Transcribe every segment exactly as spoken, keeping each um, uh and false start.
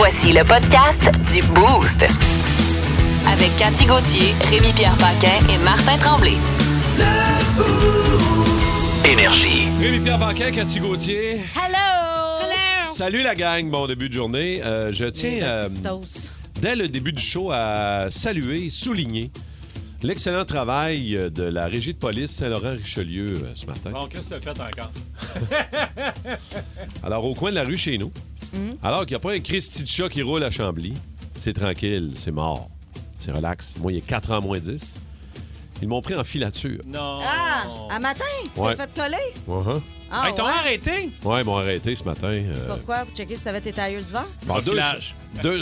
Voici le podcast du Boost. Avec Cathy Gauthier, Rémi-Pierre Paquin et Martin Tremblay. Énergie. Rémi-Pierre Paquin, Cathy Gauthier. Hello! Hello! Salut la gang, bon début de journée. Euh, je tiens, euh, dès le début du show, à saluer, souligner l'excellent travail de la Régie de police Saint-Laurent-Richelieu euh, ce matin. Bon, qu'est-ce que t'as fait encore? Alors, au coin de la rue chez nous, mm-hmm. alors qu'il n'y a pas un Christy de chat qui roule à Chambly, c'est tranquille, c'est mort, c'est relax. Moi, il est quatre ans moins dix. Ils m'ont pris en filature. Non! Ah! À matin? Tu Ouais. t'es fait coller? Uh-huh. Ah, Hey, t'as ouais? arrêté? Ouais, ils m'ont arrêté ce matin. euh, Pourquoi? Pour checker si t'avais tes tailleurs d'hiver? bon, deux- Profilage. Deux...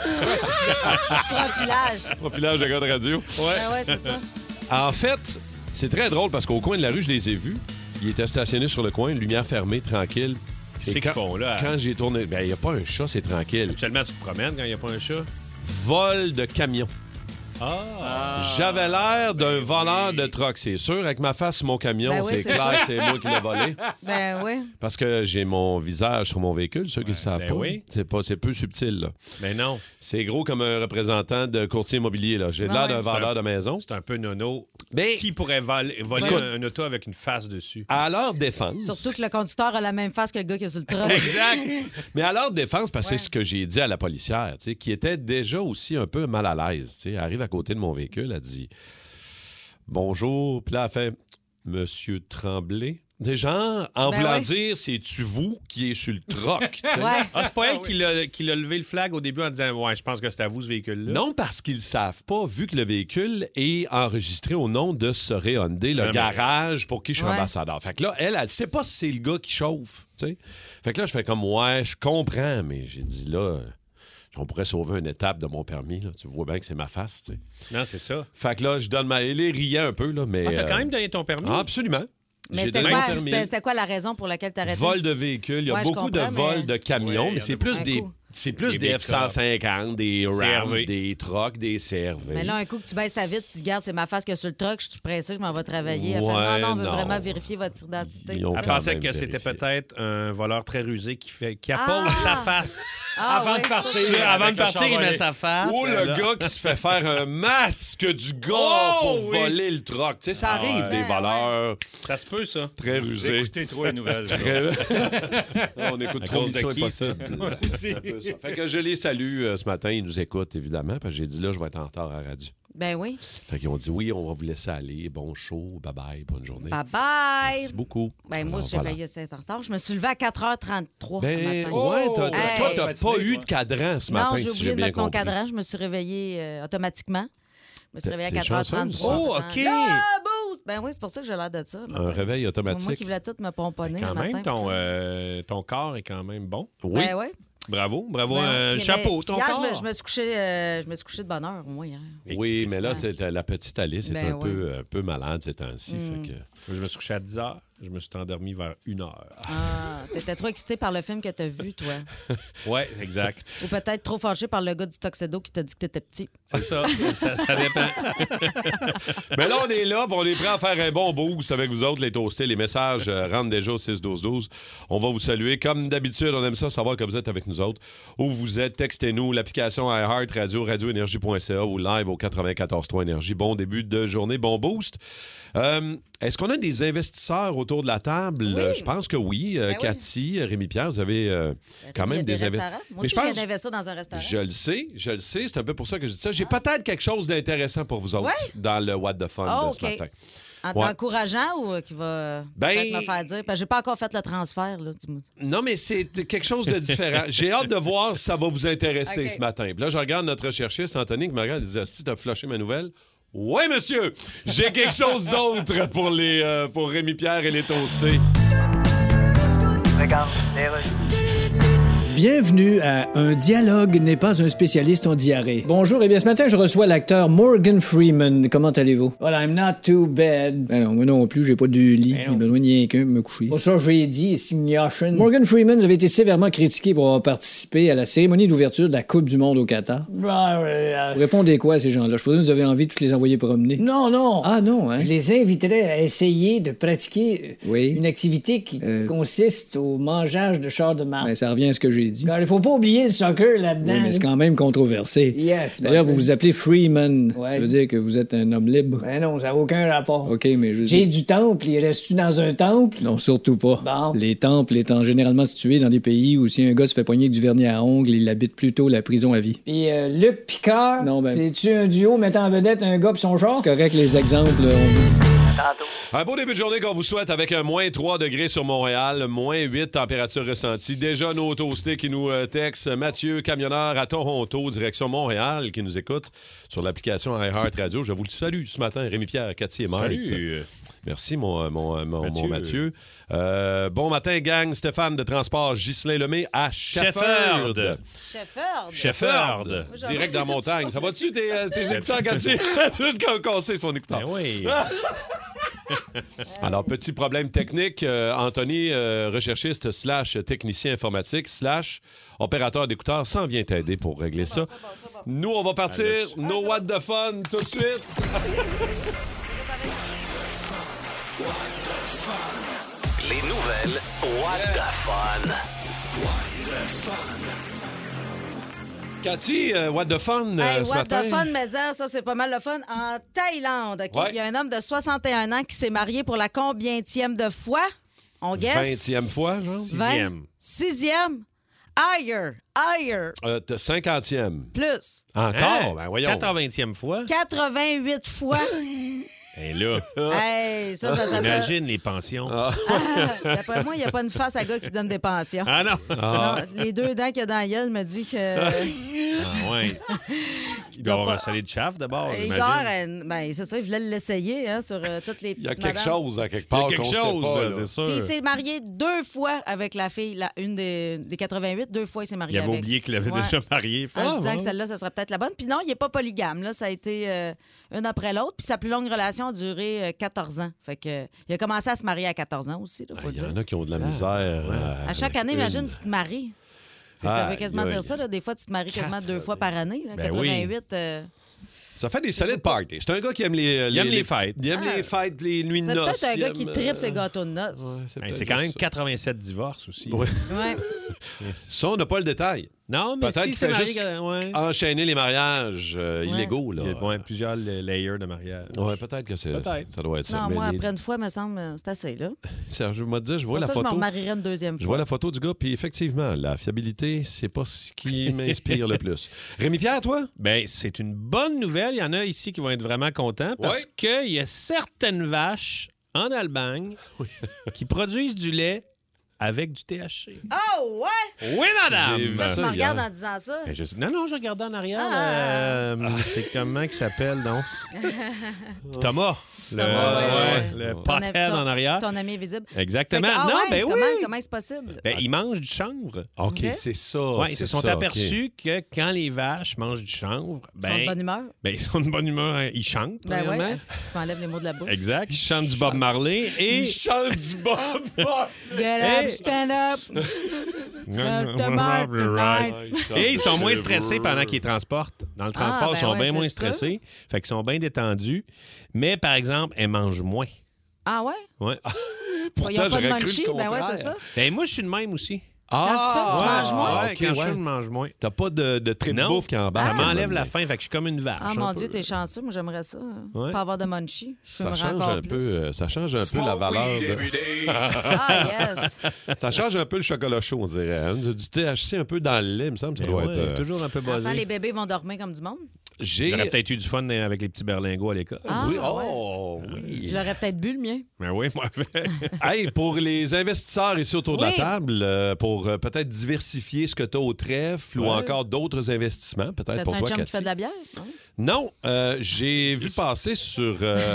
Profilage. Profilage de gars de radio. Ouais, ouais, c'est ça. En fait, c'est très drôle parce qu'au coin de la rue, je les ai vus. Ils étaient stationnés sur le coin, lumière fermée, tranquille. Qu'est-ce Et qu'ils quand- font, là? Quand j'ai tourné... Ben, il n'y a pas un chat, c'est tranquille. Seulement, tu te promènes quand il n'y a pas un chat? Vol de camion. Ah! J'avais l'air d'un ben voleur oui. de truck, c'est sûr. Avec ma face sur mon camion, Ben oui, c'est c'est clair ça. que c'est moi qui l'ai volé. Ben oui. Parce que j'ai mon visage sur mon véhicule, ceux qui ne le savent ben pas. oui. C'est pas, c'est peu subtil, là. Mais non, C'est gros comme un représentant de courtier immobilier, là. J'ai Ouais, l'air ouais. d'un vendeur de maison. c'est un peu nono. Mais Qui pourrait vol- voler Écoute. un, un auto avec une face dessus? à leur défense... Surtout que le conducteur a la même face que le gars qui est sur le truck. Exact! Mais à leur défense, parce que Ouais. c'est ce que j'ai dit à la policière, tu sais, qui était déjà aussi un peu mal à l'aise. tu sais. Elle arrive à côté de mon véhicule, elle dit « Bonjour », puis là, elle fait « Monsieur Tremblay ». Des gens, en Ben voulant ouais. dire, c'est-tu vous qui est sur le troc, tu sais. Ouais. Ah, c'est pas elle qui l'a, qui l'a levé le flag au début en disant « Ouais, je pense que c'est à vous, ce véhicule-là. » Non, parce qu'ils savent pas, vu que le véhicule est enregistré au nom de Soré Hyundai, le Ah, mais- garage pour qui je suis Ouais. ambassadeur. Fait que là, elle, elle sait pas si c'est le gars qui chauffe, tu sais. Fait que là, je fais comme, ouais, je comprends, mais j'ai dit, là, on pourrait sauver une étape de mon permis, là. Tu vois bien que c'est ma face, tu sais. Non, c'est ça. Fait que là, je donne ma... Elle riait un peu, là, mais... Ah, t'as euh, quand même donné ton permis? ah, absolument. Mais J'ai c'était donné quoi, mon permis. c'était, c'était quoi la raison pour laquelle t'as arrêté? Vol de véhicules. Il y a Ouais, je beaucoup de comprends, vols mais- de camions, Ouais, mais il y c'est en a plus beaucoup. des... Un coup. C'est plus Des des big F cent cinquante, des C Ram, R V. des trucks, des C R V. Mais là, un coup que tu baisses ta vitre, tu te gardes, c'est ma face que sur le truck, je suis pressée, je m'en vais travailler. Elle Ouais, fait non, non, on veut non. vraiment vérifier votre identité. Ils ont Elle quand pensait même que c'était vérifié. peut-être un voleur très rusé qui, fait, qui appose Ah! sa face. Ah, avant ouais, de partir. ça, c'est- avant Avec de le partir, il char met volé. sa face. Ou le Là. gars qui se fait faire un masque du gars Oh, pour oui. voler le troc. Tu sais, ça Ah, arrive, ouais. des voleurs Ça se peut, ça. très rusés. Écoutez trop les nouvelles. Très- On écoute À trop cause de Mission qui? Impossible. Aussi. Un peu ça. Fait que je les salue euh, ce matin. Ils nous écoutent, évidemment, parce que j'ai dit là, je vais être en retard à la radio. Ben oui. Fait qu'ils ont dit oui, on va vous laisser aller. Bon show, bye-bye, bonne journée. Bye bye. Merci beaucoup. Ben moi, Alors, j'ai voilà. failli être en retard. Je me suis levée à quatre heures trente-trois Ben, ce matin. ouais, t'as- t'as- Hey. toi, t'as Fatigué, pas eu toi. de cadran ce matin, Non, j'ai si oublié j'ai de bien mettre mon compris. cadran. Je me suis réveillée euh, automatiquement. Je me suis C'est- réveillée à c'est quatre heures chanceuse, trente-trois. ça. en Oh, faisant, OK. Là, boost! Ben oui, c'est pour ça que j'ai l'air de ça. le Un matin. réveil Moi automatique. qui voulais tout me pomponner Quand le même, matin. ton, euh, ton corps est quand même bon. Oui. Ben oui. Bravo, bravo. Ben, euh, ok, chapeau, mais ton hier, corps. je me, je me suis couché, euh, je me suis couché de bonne heure, au moins, hier. Oui, mais là, Christian. tu sais, la petite Alice est Ben un, ouais. peu, un peu malade ces temps-ci. Mm. Fait que... Je me suis couché à dix heures. Je me suis endormi vers une heure. Ah, t'étais trop excité par le film que t'as vu, toi. Ouais, exact. Ou peut-être trop fâché par le gars du Tuxedo qui t'a dit que t'étais petit. C'est ça. ça. Ça dépend. Mais là, on est là, puis on est prêt à faire un bon boost avec vous autres, les toastés. Les messages euh, rentrent déjà au six douze douze. On va vous saluer. Comme d'habitude, on aime ça, savoir que vous êtes avec nous autres. Où vous êtes, textez-nous. L'application iHeart Radio, radio énergie point c a ou live au quatre-vingt-quatorze trois Énergie. Bon début de journée, bon boost. Euh, est-ce qu'on a des investisseurs autour de la table? Oui. Euh, Je pense que oui. Euh, Ben oui. Cathy, Rémi-Pierre, vous avez euh, quand Il y a même des restaurants. investisseurs. Moi aussi, je viens d'investir dans un restaurant. Je le sais, je le sais. C'est un peu pour ça que je dis ça. J'ai peut-être quelque chose d'intéressant pour vous autres Ouais? dans le What the Fun Ah, de OK. ce matin. En- Ouais. Encourageant ou euh, qui va euh, Ben- peut-être me faire dire? Parce que j'ai pas encore fait le transfert, là, dis-moi. Non, mais c'est quelque chose de différent. J'ai hâte de voir si ça va vous intéresser OK. ce matin. Puis là, je regarde notre recherchiste, Anthony, qui me regarde et dit Asti, t'as flashé ma nouvelle? Oui, monsieur! J'ai quelque chose d'autre pour, les, euh, pour Rémi-Pierre et les toastés. Bienvenue à Un dialogue n'est pas un spécialiste en diarrhée. Bonjour, et bien ce matin, je reçois l'acteur Morgan Freeman. Comment allez-vous? Well, I'm not too bad. Ben non, moi non plus, j'ai pas de lit. J'ai besoin de rien qu'un pour me coucher. Pour ça, j'ai dit, Signation. Morgan Freeman avait été sévèrement critiqué pour avoir participé à la cérémonie d'ouverture de la Coupe du Monde au Qatar. Vous répondez quoi à ces gens-là? Je présume que vous avez envie de tous les envoyer promener. Non, non. Ah non, hein? Je les inviterais à essayer de pratiquer Oui. une activité qui Euh. consiste au mangeage de chars de marde. Ben, ça revient à ce que j'ai dit. dit. Alors, il faut pas oublier le soccer là-dedans. Oui, mais c'est quand même controversé. Yes. D'ailleurs, vous ben, vous appelez Freeman. Ouais. Ça veut dire que vous êtes un homme libre. Ben non, ça n'a aucun rapport. OK, mais je... J'ai du temple, il reste-tu dans un temple? Non, surtout pas. Bon. Les temples étant généralement situés dans des pays où si un gars se fait poigner avec du vernis à ongles, il habite plutôt la prison à vie. Puis euh, Luc Picard, Non, ben- c'est-tu un duo mettant en vedette un gars pis son genre? C'est correct, les exemples. on- Un beau début de journée qu'on vous souhaite avec un moins trois degrés sur Montréal, moins huit température ressentie. Déjà nos toastés qui nous euh, textent. Mathieu, camionneur à Toronto, direction Montréal, qui nous écoute sur l'application iHeartRadio. Je vous le salue ce matin. Rémi-Pierre, Cathy et Mike. Salut. Merci, mon, mon, mon Mathieu. mon Mathieu. Euh, bon matin, gang. Stéphane de Transport Ghislain Lemay à Shefford. Shefford. Shefford. Shefford. Direct dans la montagne. Ça va-tu, tes, euh, tes écouteurs, Cathy? Tout cassé son écouteur. Ben oui. Alors, petit problème technique. Euh, Anthony, euh, recherchiste slash technicien informatique slash opérateur d'écouteurs, s'en vient t'aider pour régler ça. Nous, on va partir. No what the fun tout de suite. Les nouvelles What the Fun. Cathy, euh, what the fun euh, Hey, ce what matin? the fun, mais ça, ça, c'est pas mal le fun. En Thaïlande, OK? Ouais. Il y a un homme de soixante et un ans qui s'est marié pour la combientième de fois? On guesse? vingtième fois, genre? Sixième. Sixième. Higher. Higher. Euh, t'as cinquantième. Plus. Encore? Hein? Ben voyons. quatre-vingtième fois. quatre-vingt-huit fois. Et là, Hey, ça, ça s'appelle... imagine les pensions. Ah, d'après moi, il n'y a pas une face à gars qui donne des pensions. Ah non! Ah. Non, les deux dents qu'il y a dans la gueule me dit que... Ah ouais. Il doit avoir un solide chaf d'abord, Igor, j'imagine. euh, ben, c'est ça, il voulait l'essayer hein, sur euh, toutes les petites Il y a quelque madames. chose à quelque Il y a part quelque qu'on sait chose, pas, là, là. c'est sûr. Puis il s'est marié deux fois avec la fille, la, une des, des quatre-vingt-huit, deux fois il s'est marié Il avait avec. oublié qu'il avait Ouais. déjà marié. En se Ah, disant ouais. que celle-là, ce serait peut-être la bonne. Puis non, il n'est pas polygame. Là. Ça a été euh, une après l'autre. Puis sa plus longue relation a duré euh, quatorze ans. Fait que, euh, il a commencé à se marier à quatorze ans aussi, il faut Il le y en dire. a qui ont de la misère. euh, À chaque avec année, une. imagine, tu te maries. C'est- ça Aïe, veut quasiment aïe. dire ça. Là. Des fois, tu te maries quasiment deux fois par année. Là. Ben oui. quatre-vingt-huit. euh, Ça fait des solides parties. C'est un gars qui aime les, Il aime les fêtes. Il aime Ah. les fêtes, les nuits de C'est noces. peut-être un il gars aime, qui euh, tripe ses gâteaux de noces. ouais, c'est Hey, peut-être c'est quand même juste ça. quatre-vingt-sept divorces aussi. Ouais. Ouais. Ça, on n'a pas le détail. Non, mais Peut-être si qu'il c'est fait marié... juste Ouais. enchaîner les mariages euh, Ouais. illégaux. Là. Il y a ouais, plusieurs layers de mariage. Ouais, peut-être que c'est, Peut-être. ça doit être ça. Non, Mais moi, les- après une fois, me semble, euh, c'est assez, là. Serge, je vais te dire, je vois Pour la ça, je m'en photo. remarierais une deuxième Je fois. vois la photo du gars, puis effectivement, la fiabilité, c'est pas ce qui m'inspire le plus. Rémi-Pierre, toi? Ben, c'est une bonne nouvelle. Il y en a ici qui vont être vraiment contents parce Ouais. qu'il y a certaines vaches en Allemagne qui produisent du lait avec du T H C. Oh, ouais! Oui, madame! J'ai vu Là, ça tu me regardes hier. en disant ça. Ben, je- Non, non, je regardais en arrière. Ah. euh, c'est comment qu'il s'appelle, donc? Thomas. Le, Thomas, ouais, ouais. le Ton- pothead ton- en arrière. Ton ami invisible. Exactement. Fait que- ah non, ouais, ben comment, oui. comment c'est possible? Ben, ils mangent du chanvre. OK, Ok. c'est ça. Oui, ils c'est se sont ça, aperçus que quand les vaches mangent du chanvre, Ils sont de ben, bonne humeur? ben, ils sont de bonne humeur. hein. Ils chantent, Ben premièrement. ouais. Tu m'enlèves les mots de la bouche. Exact. Ils chantent du Bob Marley et... Ils chantent du Bob Marley. Get Hey. up, stand up. the mark tonight. Et ils sont moins stressés pendant qu'ils transportent. Dans le transport, ben ils sont ouais, bien c'est moins ça. stressés. Fait qu'ils sont bien détendus. Mais, par exemple, elles mangent moins. Ah ouais? Ouais. Pourtant, Ils n'ont pas de j'aurais cru le munchie? Ben ouais, c'est contraire. ça. Ben, moi, je suis de même aussi. Ah, Quand tu fais, tu ouais. manges moins? Ouais, OK, quand je ouais. fume, je mange moins. T'as pas de, de trip Non, bouffe qui embarque. ça m'enlève là, la mais- faim. Fait que je suis comme une vache. Ah, un mon peu. Dieu, t'es chanceux. Moi, j'aimerais ça. Ouais. Pas avoir de munchie. Je Ça fumerais change encore un plus. peu, euh, ça change un peu la valeur. de- Ah, yes. Ça change un peu le chocolat chaud, on dirait. hein. Du du T H C un peu dans le lait, il me semble que ça Ben doit ouais, être. euh, toujours un peu Enfin, basé. les bébés vont dormir comme du monde. J'ai. J'aurais peut-être eu du fun avec les petits berlingots à l'école. Ah, oui, ouais. oh, oui. Je l'aurais peut-être bu, le mien. Ben oui, moi. Hey, pour les investisseurs ici autour de la Oui. table, euh, pour euh, peut-être diversifier ce que tu as au trèfle ou Ouais. encore d'autres investissements, peut-être T'as-tu pour un toi, chum qui Cathy. fait de la bière? Non? Non, euh, j'ai vu passer sur... euh,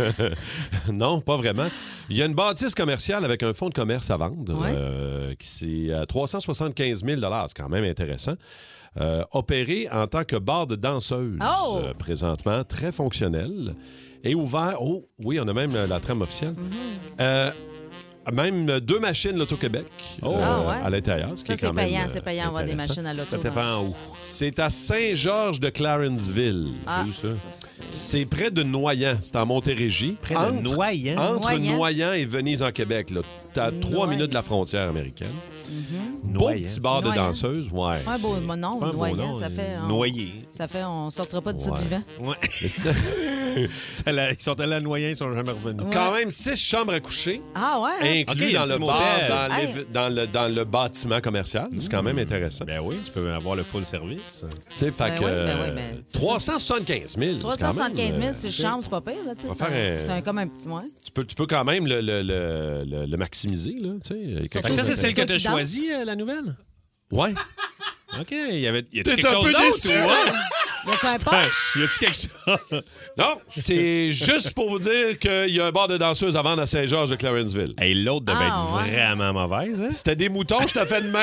non, pas vraiment. Il y a une bâtisse commerciale avec un fonds de commerce à vendre Ouais. euh, qui c'est à trois cent soixante-quinze mille. C'est quand même intéressant. Euh, opéré en tant que bar de danseuse Oh! euh, présentement, très fonctionnel. Et ouvert... Oh, oui, on a même euh, la trame officielle. Mm-hmm. Euh, même deux machines L'Auto-Québec Oh. euh, Ah ouais? à l'intérieur. Ce qui Ça, est c'est quand même, payant. euh, C'est payant avoir des intéressant. machines à l'auto. Ça dépend où. C'est à Saint-Georges de Clarenceville. Ah, Où ça? ça, c'est- C'est près de Noyant. C'est en Montérégie. Près de Entre- Noyant. Entre Noyant. Noyant et Venise en Québec. Là. à trois Noyant. minutes de la frontière américaine. Mm-hmm. Beau Noyant. petit bar de Noyant. danseuse, ouais. C'est pas un beau nom, pas un beau noyant, nom, ça euh, fait... on- Noyé. Ça fait, on sortira pas d'ici Ouais. vivant. Ouais. Mais c'était Ils sont allés à Noyen, ils sont jamais revenus. Ouais. quand même six chambres à coucher, Ah ouais? inclus Ok, il y a dans, un le petit bar, motel. dans, Hey. les- dans le, dans le bâtiment commercial. C'est quand même intéressant. Ben oui, tu peux avoir le full service. Tu sais, fait Ben que oui, ben euh, oui, ben, c'est trois cent soixante-quinze mille. trois cent soixante-quinze mille, c'est c'est chambres, c'est pas pire, là, tu sais. On C'est va faire un, un- c'est un- comme un petit... Ouais. Tu peux, tu peux quand même le, le, le, le, le maximiser, là, tu sais. Quelque Surtout Fait que ça, chose c'est de- celle que toi tu as qui danses. choisie, euh, la nouvelle? Ouais. OK. Il y avait y a-tu T'es quelque un chose peu d'autre, déçu, ou hein? Y a-tu un punch? Y a-tu quelque chose? Non, c'est juste pour vous dire qu'il y a un bar de danseuses à vendre à Saint-Georges de Clarenceville. Hey, l'autre devait Ah, être ouais. vraiment mauvaise, hein? C'était des moutons, je t'ai fait de main.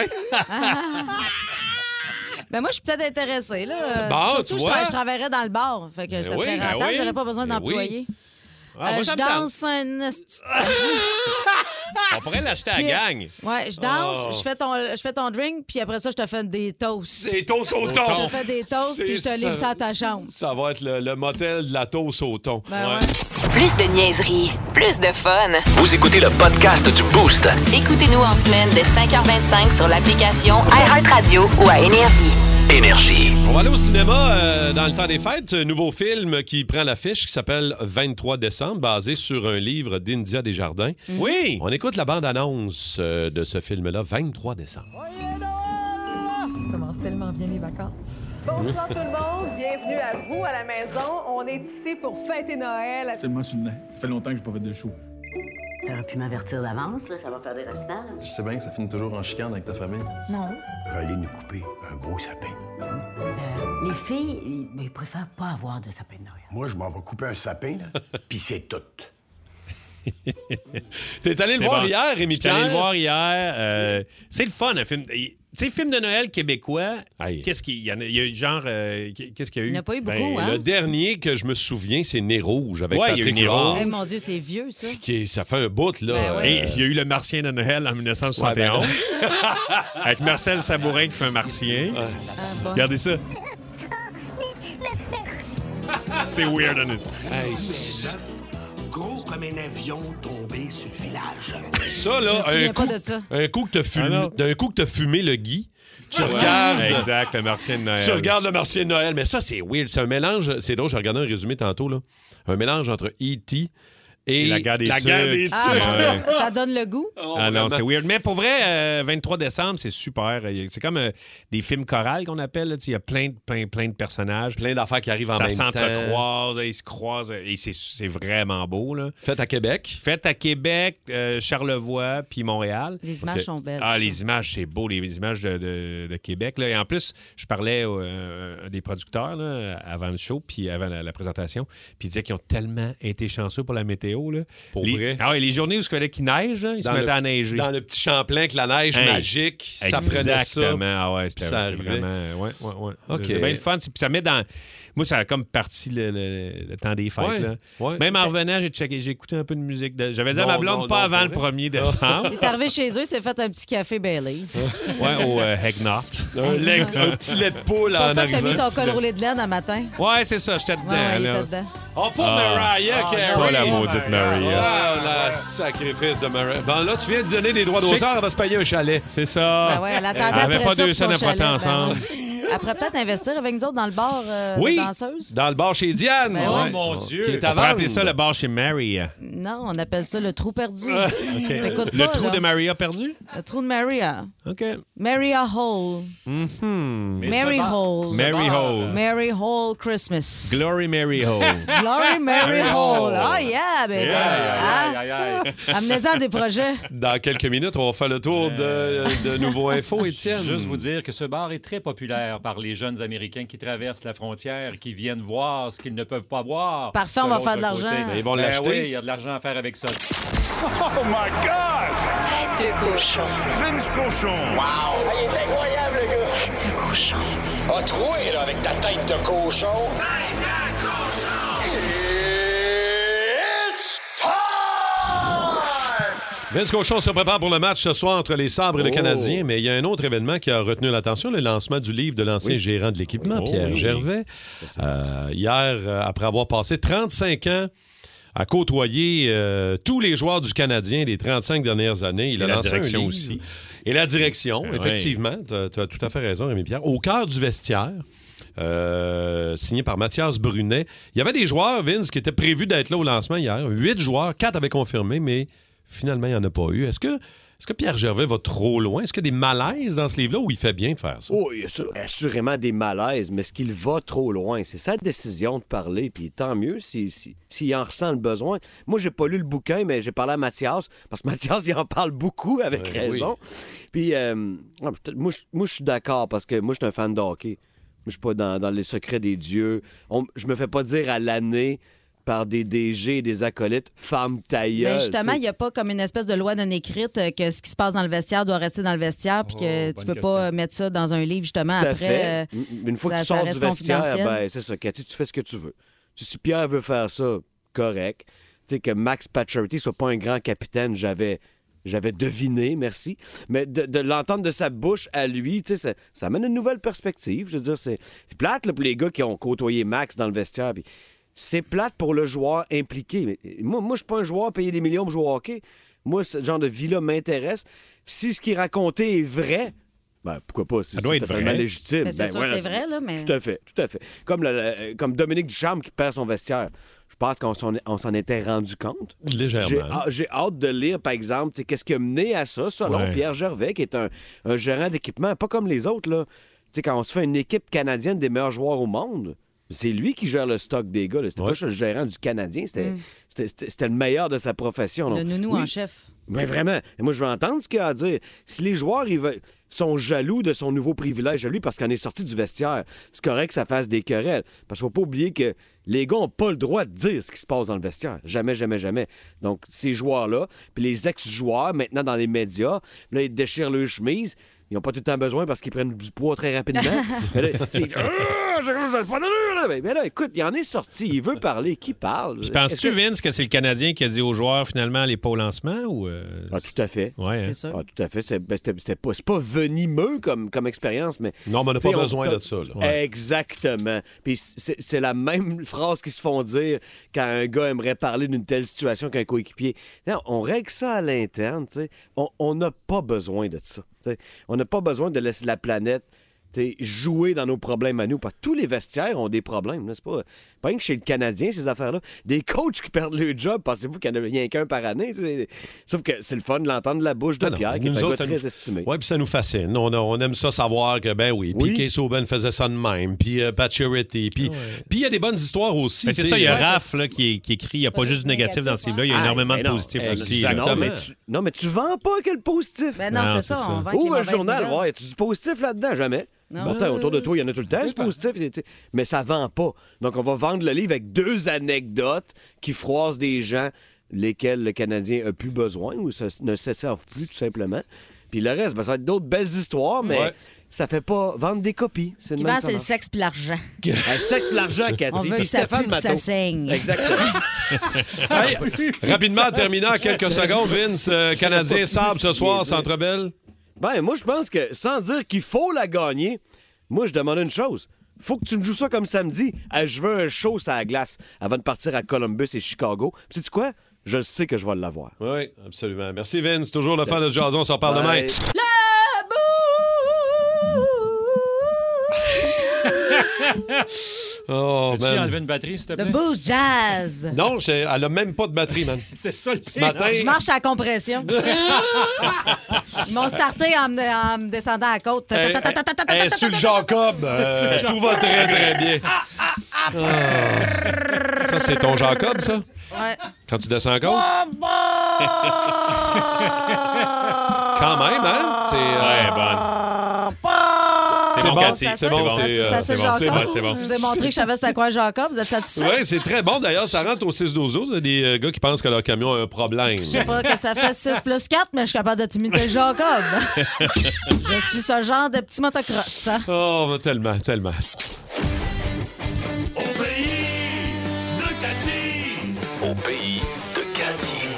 Ben moi, je suis peut-être intéressée, là. Euh, Bon, Surtout, tu je, vois. tra- je travaillerais dans le bar. Fait que ça oui, serait ben rentable, oui. j'aurais pas besoin Ben d'employés. Ah, Euh, moi, je ça me tente. danse un... esti- On pourrait l'acheter à Puis- la gang. Ouais, je danse, Oh. je, fais ton, je fais ton drink, puis après ça, je te fais des toasts. Des toasts au Je thon. te fais des toasts, puis je te C'est livre ça. ça à ta chambre. Ça va être le, le motel de la toast au thon. Ben ouais. Plus de niaiserie, plus de fun. Vous écoutez le podcast du Boost. Écoutez-nous en semaine de cinq heures vingt-cinq sur l'application iHeartRadio ou à Énergie. Énergie. On va aller au cinéma euh, dans le temps des fêtes. Un nouveau film qui prend l'affiche qui s'appelle vingt-trois décembre, basé sur un livre d'India Desjardins. Oui. On écoute la bande-annonce euh, de ce film-là, vingt-trois décembre. commence tellement bien les vacances. Bonsoir tout le monde, bienvenue à vous à la maison. On est ici pour fêter Noël. Tellement sur le nez. Ça fait longtemps que j'ai pas fait de show. T'aurais pu m'avertir d'avance, là, ça va faire des restants. Tu sais bien que ça finit toujours en chicane avec ta famille. Non. Je vais aller nous couper un beau sapin. Euh, les filles, ils, ben, ils préfèrent pas avoir de sapin de Noël. Moi, je m'en vais couper un sapin, là, puis c'est tout. T'es allé le C'est voir bon. hier, Rémi J'étais allé Pierre? le voir hier. euh, c'est le fun, un film. Tu sais, film de Noël québécois, Aïe. qu'est-ce qu'il y en a? Il y a eu genre. euh, qu'est-ce qu'il y a eu? Il n'y en a pas eu beaucoup, Ben, hein? le dernier que je me souviens, c'est Nez Rouge avec Ouais, il y a Patrick eu Nez Huard. Rouge. Eh, mon Dieu, c'est vieux, ça. Ce qui est- ça fait un bout, là. Ben ouais. Et il y a eu Le Martien de Noël en dix-neuf soixante et onze. Avec Marcel Sabourin qui fait un martien. Ah, bon. Regardez ça. C'est weird, on Hey, c- Gros comme un avion tombé sur le village. ça, là, Je me souviens un pas coup, de ça. un coup que t'as fumé, Ah non. d'un coup que t'as fumé le Guy, tu Ouais. regardes... Exact, Le Martien de Noël. Tu regardes le Martien de Noël, mais ça, c'est weird. C'est un mélange... C'est drôle, j'ai regardé un résumé tantôt, là. Un mélange entre E T et... Et la guerre des la tucs. guerre des Ah, tucs. mon Ouais. Dieu, ça donne le goût. Oh, Ah non, vraiment. c'est weird. Mais pour vrai, euh, vingt-trois décembre, c'est super. C'est comme euh, des films chorales qu'on appelle. là. Tu sais, il y a plein de, plein, plein de personnages. Plein d'affaires qui arrivent en Ça même temps. s'entrecroise, ils se croisent. Et c'est- c'est vraiment beau. Là. Fait à Québec. Fait à Québec, euh, Charlevoix, puis Montréal. Les images Ok. sont belles. Ah, ça. les images, c'est beau, les images de, de- de Québec. Là. Et en plus, je parlais euh, à des producteurs là, avant le show, puis avant la, la présentation, puis ils disaient qu'ils ont tellement été chanceux pour la météo. Là. Pour les, vrai? Ah ouais, les journées où il fallait qu'il neige, là, ils Dans se mettaient le- à neiger. Dans le petit Champlain, avec la neige Hey, magique, ça prenait ça. Exactement. Ah ouais, c'était ça c'est arrivait. vraiment. Ouais, ouais, ouais. OK. C'est bien le fun. Puis ça met dans. Moi, ça a comme parti le, le- le temps des fêtes. Ouais, Là. ouais. Même en revenant, j'ai checké, j'ai écouté un peu de musique. de- J'avais dit à Non, ma blonde non, pas non, avant pour le vrai. premier décembre. Il est arrivé chez eux, il s'est fait un petit café Baileys. Ouais, au euh, Hegnot. Un, lait- un petit lait de poule C'est pour en ça que t'as mis arrivant. ton col roulé de laine un matin. Ouais, c'est ça, j'étais dedans. Ouais, ouais, il là. était dedans. Oh, pas Ah. Mariah Ah, Carey. Pas la maudite Maria. Ah, la sacrifice de Mariah. Bon, là, tu viens de donner des droits d'auteur, elle va se payer un chalet. C'est ça. Ben ouais, elle attendait Elle avait après pas ça deux pour scènes son à prêter chalet. ensemble. Ben ouais. Elle pourrait peut-être investir avec nous autres dans le bar euh, Oui, de danseuse. dans le bar chez Diane. Ben ouais. Oh, mon Dieu. Qui est On à pourrait vendre. appeler ça le bar chez Maria. Non, on appelle ça le trou perdu. OK. T'écoutes Le pas, trou là. de Maria perdu? Le trou de Maria. OK. Maria Hole. Mhm. Mary Hole. Mary Hole. Mary Hole Christmas. Glory Mary Hole. Glory Mary Hole. Oh yeah, baby. Hein? Aïe, aïe. Amenez-en des projets. Dans quelques minutes, on va faire le tour de, de nouveaux infos, Étienne. Juste vous dire que ce bar est très populaire par les jeunes Américains qui traversent la frontière, qui viennent voir ce qu'ils ne peuvent pas voir. Parfait, on va faire de l'argent. Ben, ils vont Ben l'acheter. oui, il y a de l'argent à faire avec ça. Oh my God! Tête de cochon. Vince Cochon. Wow! Il est incroyable, le gars! Tête de cochon. A troué, là, avec ta tête de cochon. Tête de cochon! It's time! Vince Cochon se prépare pour le match ce soir entre les Sabres et le Oh. Canadien, mais il y a un autre événement qui a retenu l'attention, le lancement du livre de l'ancien Oui. gérant de l'équipement, Oh Pierre oui. Gervais. Euh, hier, euh, après avoir passé trente-cinq ans a côtoyé euh, tous les joueurs du Canadien des trente-cinq dernières années. Il Et a la lancé direction un livre. aussi. Et la direction, Ah, effectivement. ouais. Tu as tout à fait raison, Rémi-Pierre. Au cœur du vestiaire, euh, signé par Mathias Brunet, il y avait des joueurs, Vince, qui étaient prévus d'être là au lancement hier. Huit joueurs, quatre avaient confirmé, mais finalement, il n'y en a pas eu. Est-ce que, est-ce que Pierre Gervais va trop loin? Est-ce qu'il y a des malaises dans ce livre-là ou il fait bien de faire ça? Oh, il y a sûr- assurément des malaises, mais est-ce qu'il va trop loin? C'est sa décision de parler, puis tant mieux s'il si, s'il en ressent le besoin. Moi, j'ai pas lu le bouquin, mais j'ai parlé à Mathias, parce que Mathias, il en parle beaucoup, avec Ouais, raison. Puis, euh, moi, je moi, je suis d'accord, parce que moi, je suis un fan de hockey. Moi, je suis pas dans, dans les secrets des dieux. On, je me fais pas dire à l'année par des D G et des acolytes, femme ta gueule. Mais justement, t'sais. il n'y a pas comme une espèce de loi non écrite euh, que ce qui se passe dans le vestiaire doit rester dans le vestiaire puis que tu peux pas mettre ça dans un livre, justement, Tout à après. fait. euh, Une fois ça- que tu ça sors reste du vestiaire, confidentiel. ben, c'est ça, Cathy, tu fais ce que tu veux. Si si Pierre veut faire ça, correct. Tu sais, que Max Pacioretty soit pas un grand capitaine, j'avais... J'avais deviné, merci. Mais de, de l'entendre de sa bouche à lui, tu sais, ça, ça amène une nouvelle perspective. Je veux dire, c'est, c'est plate là, pour les gars qui ont côtoyé Max dans le vestiaire. Puis c'est plate pour le joueur impliqué. Mais moi, moi je suis pas un joueur payé des millions pour jouer au hockey. Moi, ce genre de vie-là m'intéresse. Si ce qui est raconté est vrai, ben, pourquoi pas? C'est, Ça doit c'est être totalement vrai. légitime. Mais c'est Ben, sûr, voilà, c'est vrai, là, mais... Tout à fait, tout à fait. Comme, le- le- comme Dominique Ducharme qui perd son vestiaire. Je pense qu'on s'en, on s'en était rendu compte. Légèrement. J'ai, ah, j'ai hâte de lire, par exemple, tu sais, qu'est-ce qui a mené à ça, selon Ouais. Pierre Gervais, qui est un, un gérant d'équipement, pas comme les autres. Là. Tu sais, quand on se fait une équipe canadienne des meilleurs joueurs au monde, c'est lui qui gère le stock des gars. Là. C'était Ouais. pas juste le gérant du Canadien, c'était, Mm. c'était, c'était- c'était le meilleur de sa profession. Le Donc, nounou oui. en chef. Mais vraiment. Et moi, je veux entendre ce qu'il a à dire. Si les joueurs ils veulent- sont jaloux de son nouveau privilège à lui parce qu'on est sorti du vestiaire, c'est correct que ça fasse des querelles. Parce qu'il ne faut pas oublier que les gars n'ont pas le droit de dire ce qui se passe dans le vestiaire. Jamais, jamais, jamais. Donc, ces joueurs-là, puis les ex-joueurs, maintenant dans les médias, là, ils déchirent leur chemise. Ils n'ont pas tout le temps besoin parce qu'ils prennent du poids très rapidement. Mais là, ils disent, Ah, j'ai j'ai pas d'allure, là. Mais, mais là, écoute, il en est sorti. Il veut parler. Qui parle? Puis penses-tu, Est-ce que- Vince, que c'est le Canadien qui a dit aux joueurs, finalement, les pas au lancement? Ou, euh, Ah, tout à fait. Ouais, hein? C'est sûr. Ah, tout à fait. C'est, ben, c'était, c'était pas, c'est pas venimeux comme, comme expérience, mais. Non, mais on n'a T'sais, pas on- besoin de ça. Là. Ouais. Exactement. Puis c'est, c'est la même phrase qu'ils se font dire quand un gars aimerait parler d'une telle situation qu'un coéquipier. Non, on règle ça à l'interne, tu sais. On on n'a pas besoin de ça. T'sais. On n'a pas besoin de laisser la planète t'sais, jouer dans nos problèmes à nous. Parce que tous les vestiaires ont des problèmes. Là. C'est pas, pas rien que chez le Canadien, ces affaires-là. Des coachs qui perdent leur job, pensez-vous qu'il n'y en a rien qu'un par année? T'sais. Sauf que c'est le fun de l'entendre de la bouche de Ah non, Pierre, qui est nous un autres, gars ça très nous- estimé. Oui, puis ça nous fascine. On, a- on aime ça savoir que, ben oui, Oui. Piquet Sauben faisait ça de même, puis euh, Pacioretty, puis puis il y a des bonnes histoires aussi. Ben, c'est tu sais. ça, il y a Ouais, Raph là, qui, qui écrit, il n'y a pas juste du négatif dans ce livre-là, il y a Ah, énormément ben de non, positifs aussi. exactement. là. Non, mais tu, non, mais tu vends pas que le positif. Ben non, Non, c'est c'est ça, ça. on vend qu'il y a Ouvre un mauvaise journal, nouvelle. voir, y a-tu du positif là-dedans? Jamais. Non. Pourtant, autour de toi, il y en a tout le temps, du positif. tu sais. Mais ça vend pas. Donc, on va vendre le livre avec deux anecdotes qui froissent des gens lesquels le Canadien a plus besoin ou ça ne se servent plus, tout simplement. Puis le reste, ben, ça va être d'autres belles histoires, mais Ouais. ça fait pas vendre des copies. C'est Ce qui le même vend, c'est le ça sexe puis l'argent. marche. Un sexe, l'argent, Cathy. On veut Puis que ça Stéphane pue puis ça Matteau. saigne. Exactement. Hey, rapidement, en terminant en quelques secondes, Vince, euh, Canadien Sable ce soir, Centre Bell. Ben, moi, je pense que sans dire qu'il faut la gagner, moi, je demande une chose. Faut que tu me joues ça comme samedi. Ah, je veux un show sur la glace avant de partir à Columbus et Chicago. Puis sais-tu quoi? Je le sais que je vais l'avoir. Oui, absolument. Merci, Vince. Toujours le fan de Jason. On s'en reparle demain. Bye. Oh, Peux-tu man. enlever une batterie, s'il te Le plaît? boost jazz. Non, j'ai- elle a même pas de batterie, man. C'est ça le Ce matin, Je marche à la compression. Ils m'ont starté en me, en me descendant à la côte. elle, elle- elle est sur le Jacob. Euh, tout va très, très bien. Ah. Ça, c'est ton Jacob, ça? Ouais. Quand tu descends en côte? Quand même, hein? C'est... euh, Ouais, bonne. C'est bon, bon, Cathy, c'est c'est bon, bon. c'est C'est euh, assez c'est bon, Jacob. c'est bon, c'est bon. Je vous ai montré que je savais c'était quoi un Jacob. Vous êtes satisfait? Oui, c'est très bon. D'ailleurs, ça rentre au six douze douze. Il y a des euh, gars qui pensent que leur camion a un problème. Je sais pas que ça fait six plus quatre, mais je suis capable de t'imiter le Jacob. Je suis ce genre de petit motocross. hein. Oh, tellement, tellement. Au pays de Cathy. Au pays de Cathy.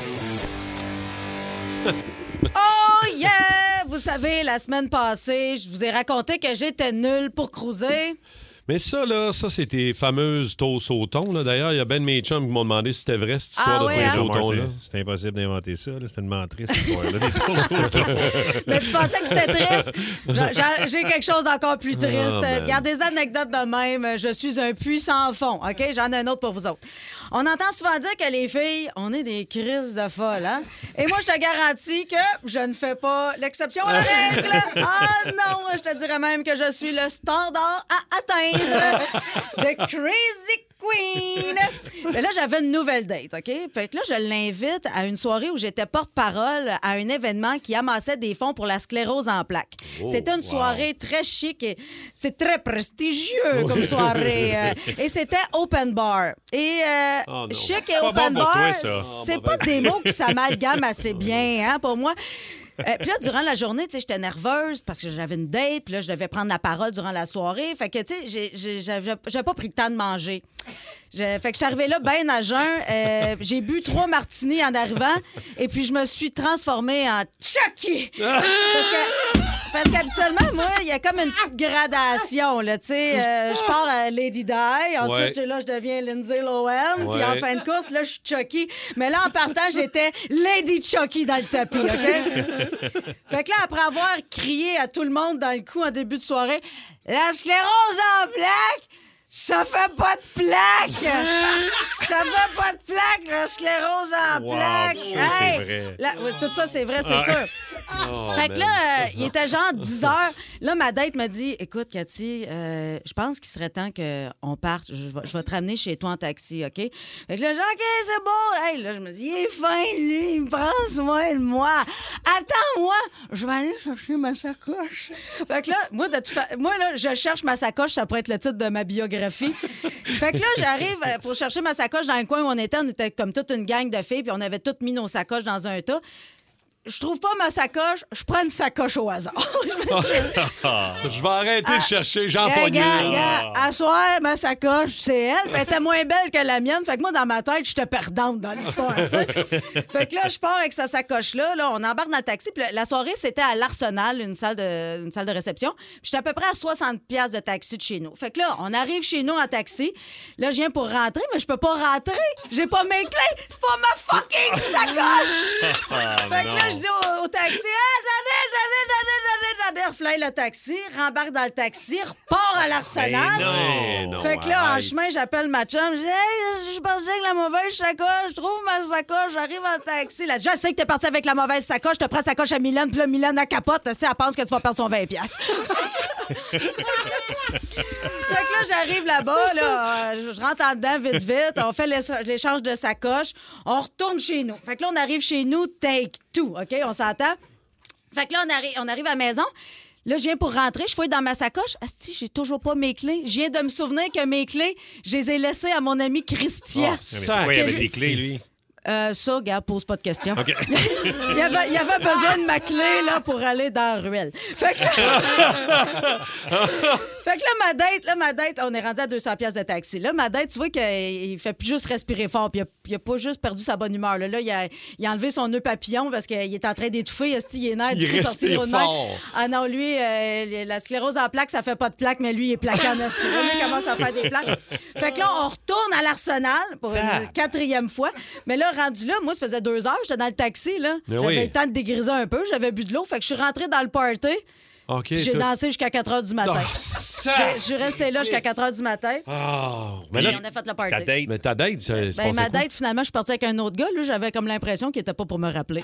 Oh yeah! Vous savez, la semaine passée, je vous ai raconté que j'étais nulle pour cruiser. Mais ça, là, ça, c'est tes fameuses toasts au thon. Là. D'ailleurs, il y a ben de mes chums qui m'ont demandé si c'était vrai, cette histoire Ah de ouais, toast hein? au thon. Là. C'est, c'est impossible d'inventer ça. Là. C'était une mentrice, cette histoire-là. Des toasts au thon. Mais tu pensais que c'était triste? J'ai, j'ai quelque chose d'encore plus triste. Oh, man. Regarde des anecdotes de même. Je suis un puits sans fond. OK? J'en ai un autre pour vous autres. On entend souvent dire que les filles, on est des crises de folles, hein? Et moi, je te garantis que je ne fais pas l'exception à la règle. Ah non, je te dirais même que je suis le standard à atteindre. The Crazy Queen. Mais là, j'avais une nouvelle date, OK? Fait que là, je l'invite à une soirée où j'étais porte-parole à un événement qui amassait des fonds pour la sclérose en plaques. Oh, c'était une wow. soirée très chic et c'est très prestigieux comme soirée. euh, et c'était open bar. Et euh, Oh non. chic et C'est pas open bon pour bar, toi, ça. c'est Oh, pas mauvaise. des mots qui s'amalgament assez bien, hein, pour moi. Euh, puis là, durant la journée, tu sais, j'étais nerveuse parce que j'avais une date, puis là, je devais prendre la parole durant la soirée. Fait que, tu sais, j'ai- j'ai- j'avais j'avais pas pris le temps de manger. Je- fait que je suis arrivée là bien à jeun. Euh, j'ai bu trois martinis en arrivant, et puis je me suis transformée en Chucky! Parce que... Parce qu'habituellement, moi, il y a comme une petite gradation, là, tu sais. Euh, je pars à Lady Di, ensuite, Ouais. là, je deviens Lindsay Lohan, puis Ouais. en fin de course, là, je suis Chucky. Mais là, en partant, j'étais Lady Chucky dans le tapis, OK? Fait que là, après avoir crié à tout le monde dans le cou en début de soirée, « La sclérose en plaques, ça fait pas de plaques! Ça fait pas de plaques, la sclérose en Wow, plaques! tout ça, c'est vrai. Là, ouais, tout ça, c'est vrai, c'est Ouais. sûr. Oh, fait que man. là, euh, il était genre dix heures. Là, ma date me dit, écoute, Cathy, euh, je pense qu'il serait temps qu'on parte. Je vais, je vais te ramener chez toi en taxi, OK? Fait que là, j'ai OK, c'est bon. Hey, là, je me dis, il est fin, lui, il prend soin de moi. Attends-moi, je vais aller chercher ma sacoche. Fait que là, moi, de toute fa- moi, là, je cherche ma sacoche, ça pourrait être le titre de ma biographie. Fait que là, j'arrive euh, pour chercher ma sacoche dans le coin où on était. On était comme toute une gang de filles, puis on avait toutes mis nos sacoches dans un tas. Je trouve pas ma sacoche, je prends une sacoche au hasard. Je vais arrêter de chercher Jean Hey, Pognier. gars, gars, à soir, ma sacoche, c'est elle. Puis elle était moins belle que la mienne. Fait que moi, dans ma tête, j'étais perdante dans l'histoire. tu sais. Fait que là, je pars avec sa sacoche-là. Là, on embarque dans le taxi. Puis la- la soirée, c'était à l'Arsenal, une salle de, une salle de réception. Puis j'étais à peu près à soixante piastres de taxi de chez nous. Fait que là, on arrive chez nous en taxi. Là, je viens pour rentrer, mais je peux pas rentrer. J'ai pas mes clés. C'est pas ma fucking sacoche! Ah, Fait que non. là, je dis au, au taxi, ah, attendez, attendez, attendez, attendez, attendez, reflaye le taxi, rembarque dans le taxi, repart à l'Arsenal. Ben non. Ben Fait non, que là, en arrête. chemin, j'appelle ma chum, je dis, hey, je pensais que la mauvaise sacoche, je trouve ma sacoche, j'arrive en taxi. Là, je sais que t'es parti avec la mauvaise sacoche, je te prends la sacoche à Mylène, puis là, Mylène, elle capote, tu sais, elle pense que tu vas perdre son vingt piastres. Fait que là, j'arrive là-bas, là, euh, je rentre en dedans vite, vite. On fait l'é- l'échange de sacoches. On retourne chez nous. Fait que là, on arrive chez nous, take two, OK? On s'entend? Fait que là, on, arri- on arrive à la maison. Là, je viens pour rentrer. Je fouille dans ma sacoche. Asti, j'ai toujours pas mes clés. Je viens de me souvenir que mes clés, je les ai laissées à mon ami Christian. Ah, mais pourquoi il avait des clés, lui? Euh, ça, gars, pose pas de questions. OK. il, y avait, il y avait besoin de ma clé là, pour aller dans la ruelle. Fait que là, fait que là, ma date, là, ma date, on est rendu à deux cents piastres de taxi. Là, ma date, tu vois qu'il fait plus juste respirer fort. Puis il a, il a pas juste perdu sa bonne humeur. Là, là il, a, il a enlevé son nœud papillon parce qu'il est en train d'étouffer. Esti, il est nerf, Il du coup, respire sortir au nerf. fort. Ah non, lui, euh, la sclérose en plaques, ça fait pas de plaques, mais lui, il est plaqué en esti. Là, lui, il commence à faire des plaques. Fait que là, on retourne à l'Arsenal pour Ah. une quatrième fois. Mais là, rendu là, moi, ça faisait deux heures, j'étais dans le taxi, là. Mais J'avais oui. le temps de dégriser un peu, j'avais bu de l'eau. Fait que je suis rentrée dans le party. OK. Puis j'ai toi- dansé jusqu'à quatre heures du matin. Ah, J'ai- Je suis restée là jusqu'à quatre heures du matin. Ah, Puis on a fait le party. Ta date. Mais ta date, ça, c'est Ben, passé ma quoi? date, finalement, je suis partie avec un autre gars. Là, j'avais comme l'impression qu'il était pas pour me rappeler.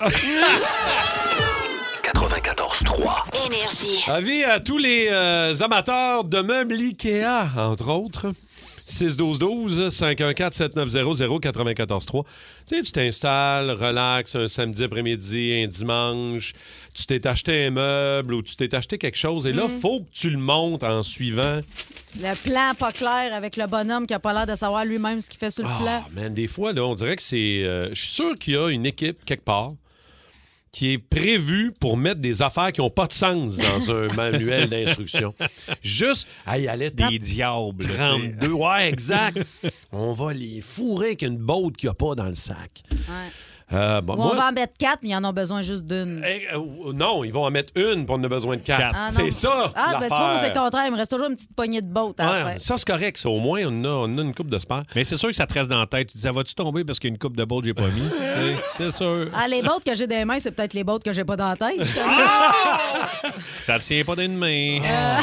quatre-vingt-quatorze trois. Énergie. Avis à tous les euh, amateurs de meubles Ikea, entre autres. six douze douze, cinq un quatre, sept neuf zéro, zéro neuf quatre trois. Tu sais, tu t'installes, relax, un samedi après-midi, un dimanche, tu t'es acheté un meuble ou tu t'es acheté quelque chose et là, il Mhm. faut que tu le montes en suivant. Le plan pas clair avec le bonhomme qui a pas l'air de savoir lui-même ce qu'il fait sur le plan. Ah, man, des fois, là, on dirait que c'est... euh, je suis sûr qu'il y a une équipe, quelque part, qui est prévue pour mettre des affaires qui n'ont pas de sens dans un manuel d'instruction. Juste, hey, allez, Des diables. tu sais. trente-deux, ouais, exact. On va les fourrer avec une botte qu'il n'y a pas dans le sac. Ouais. Euh, bon, Ou moi, on va en mettre quatre, mais ils en ont besoin juste d'une. eh, euh, non, ils vont en mettre une, puis on en a besoin de quatre. Ah, non. c'est ça, Ah, ben tu vois, moi, c'est l'affaire. le contraire. Il me reste toujours une petite poignée de bottes à Ouais, faire. ça, c'est correct. Ça, au moins, on a, on a une coupe de spare. Mais c'est sûr que ça te reste dans la tête. Tu dis, ça va-tu tomber parce qu'il y a une coupe de bottes que j'ai pas mis? Oui, c'est sûr. Ah, les bottes que j'ai dans les mains, c'est peut-être les bottes que j'ai pas dans la tête. je te Ah! Ça te tient pas d'une main.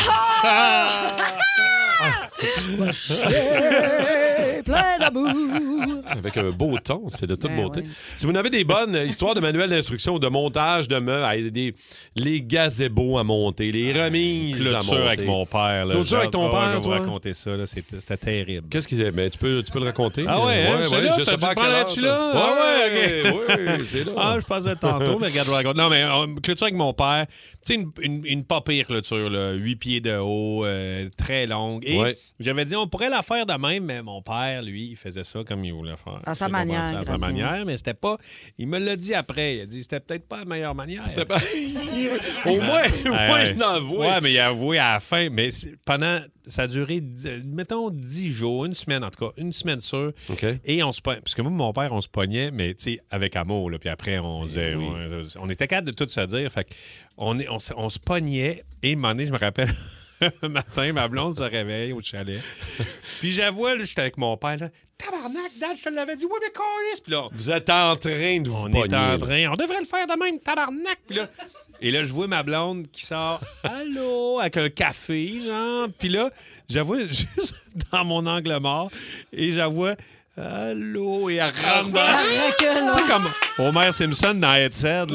Plein d'amour. Avec un beau ton, c'est de toute Ben beauté. ouais. Si vous avez des bonnes histoires de manuels d'instruction ou de montage de meubles, hey, des, les gazebos à monter, les remises à Clôture monter. avec mon père. Là. Clôture avec ton Ah, père, Je vais vous toi? raconter ça. Là. C'était, c'était terrible. Qu'est-ce qu'il ben, tu peux tu peux le raconter? Ah ouais, hein, ouais, c'est ouais, là? je sais T'as pas à dû quelle heure, prendre-tu ça. là? Ouais, Ah ouais, ouais, ouais, c'est là. Ah, je pensais tantôt, mais regarde, je raconte. Non, mais euh, clôture avec mon père. Tu sais, une, une, une pas pire clôture, là, huit pieds de haut, euh, très longue. Et Ouais. j'avais dit, on pourrait la faire de même, mais mon père, lui, il faisait ça comme il voulait faire. À sa Tu manière, comprends-tu? À sa gracieux. manière, mais c'était pas... Il me l'a dit après. Il a dit, c'était peut-être pas la meilleure manière. C'était pas- Au moins, au moins, Ouais, je l'avoue. Ouais, mais il a avoué à la fin. Mais c'est- pendant... Ça a duré, dix- mettons, dix jours, une semaine en tout cas, une semaine sûre. OK. Et on se pognait. Parce que moi, mon père, on se pognait, mais tu sais, avec amour. Là, puis après, on disait. oui. ouais, on était capable de tout se dire. Fait on, est, on, se- on se pognait. Et un moment donné, je me rappelle, un matin, ma blonde se réveille au chalet. Puis j'avoue, là, j'étais avec mon père. Là, tabarnak, Dad, je te l'avais dit. Oui, mais câlisse. Puis là, Vous êtes en train de vous on pogner. est en là. train. On devrait le faire de même, tabarnak. Puis là, et là, je vois ma blonde qui sort allô avec un café, genre. Puis là, j'avoue juste dans mon angle mort et j'avoue allô et elle rentre dans. Elle recule, Tu sais, ouais. comme Homer Simpson dans Headset, là.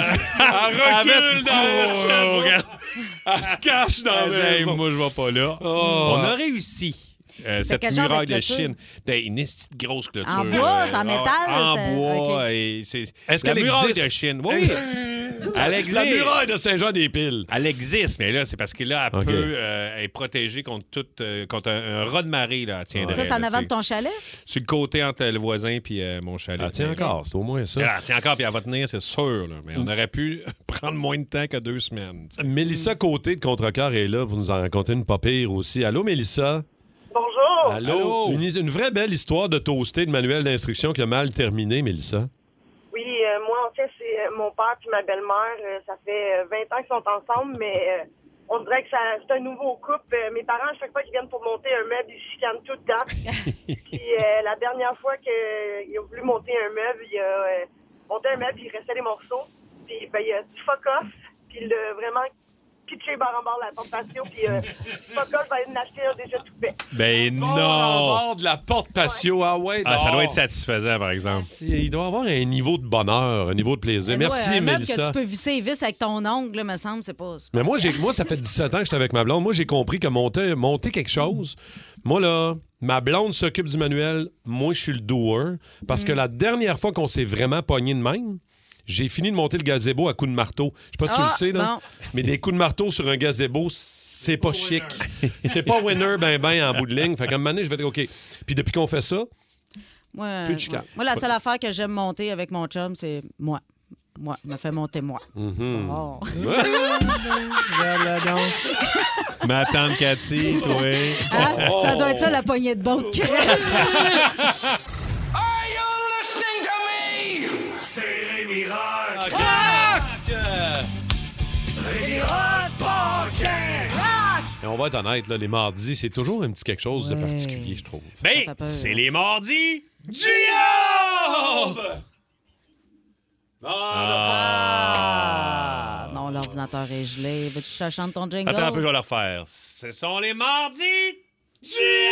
Elle recule dans Oh, le regarde. Elle se cache dans Elle le dit, Hey, moi, je vais pas là. Oh. On a réussi. Euh, C'était cette quel genre de muraille de, clôture? Chine. C'était une petite grosse clôture. En bois, euh, c'est en métal, En c'était- bois. OK. Et c'est, Est-ce la qu'elle muraille existe? de Chine. Oui, elle existe. La muraille de Saint-Jean-des-Piles. Elle existe, mais là, c'est parce que là, elle OK. peut euh, être protégée contre, tout, euh, contre un, un raz de marée. Là, elle tiendrait, Ça, c'est en là, avant tu de ton chalet? sais. Sur le côté entre le voisin et mon chalet. Elle tient Mais- encore, c'est au moins ça. Elle tient encore, puis elle va tenir, c'est sûr. Là, mais on aurait pu prendre moins de temps que deux semaines. tu sais. Mélissa Côté de Contrecoeur est là pour nous en raconter une pas pire aussi. Allô, Mélissa? Bonjour. Allô? Allô? Une, une vraie belle histoire de toasté de manuel d'instruction qui a mal terminé, Mélissa. Oui, euh, moi, en fait, c'est euh, mon père puis ma belle-mère. euh, ça fait euh, vingt ans qu'ils sont ensemble, mais euh, on dirait que ça, c'est un nouveau couple. Euh, mes parents, à chaque fois qu'ils viennent pour monter un meuble, ils se chicanent tout le temps. Puis euh, la dernière fois qu'ils ont voulu monter un meuble, il a euh, monté un meuble, il restait des morceaux. Puis ben, il a dit fuck off, puis il a vraiment pitché barre en barre la porte patio, puis euh, fuck off, je vais aller l'acheter un déjà tout fait. Ben Oh, à non! bord de la porte patio, ah ouais. Ah, ça dehors. doit être satisfaisant, par exemple. Il doit avoir un niveau de bonheur, un niveau de plaisir. Mais Merci, ouais, un meuble Mélissa. que tu peux visser et vis avec ton ongle, là, me semble, c'est pas... c'est pas- Mais moi, j'ai, moi, ça fait dix-sept ans que j'étais avec ma blonde. Moi, j'ai compris que monter, monter quelque chose, moi, là, ma blonde s'occupe du manuel. Moi, je suis le doer. Parce que la dernière fois qu'on s'est vraiment pogné de même, j'ai fini de monter le gazebo à coups de marteau. Je sais pas si tu Ah, le sais, là. bon. Mais des coups de marteau sur un gazebo, c'est pas chic. C'est pas winner ben ben en bout de ligne. Fait qu'à un moment donné, je vais dire OK. Puis depuis qu'on fait ça, Moi, Plus de chicane. moi, la seule affaire que j'aime monter avec mon chum, c'est moi. Moi, me fait monter moi. mhm. Oh. Ma tante Cathy, toi. Hein? Ça doit être ça, la poignée de botte qui reste. Are you listening to me? C'est Rémi Rock. Et on va être honnête, là, les mardis, c'est toujours un petit quelque chose de Ouais. particulier, je trouve. Ben, fait peur. c'est les mardis du Yob! Ah, non, l'ordinateur est gelé. Veux-tu que je chante ton jingle? Attends un peu, je vais le refaire. Ce sont les mardis du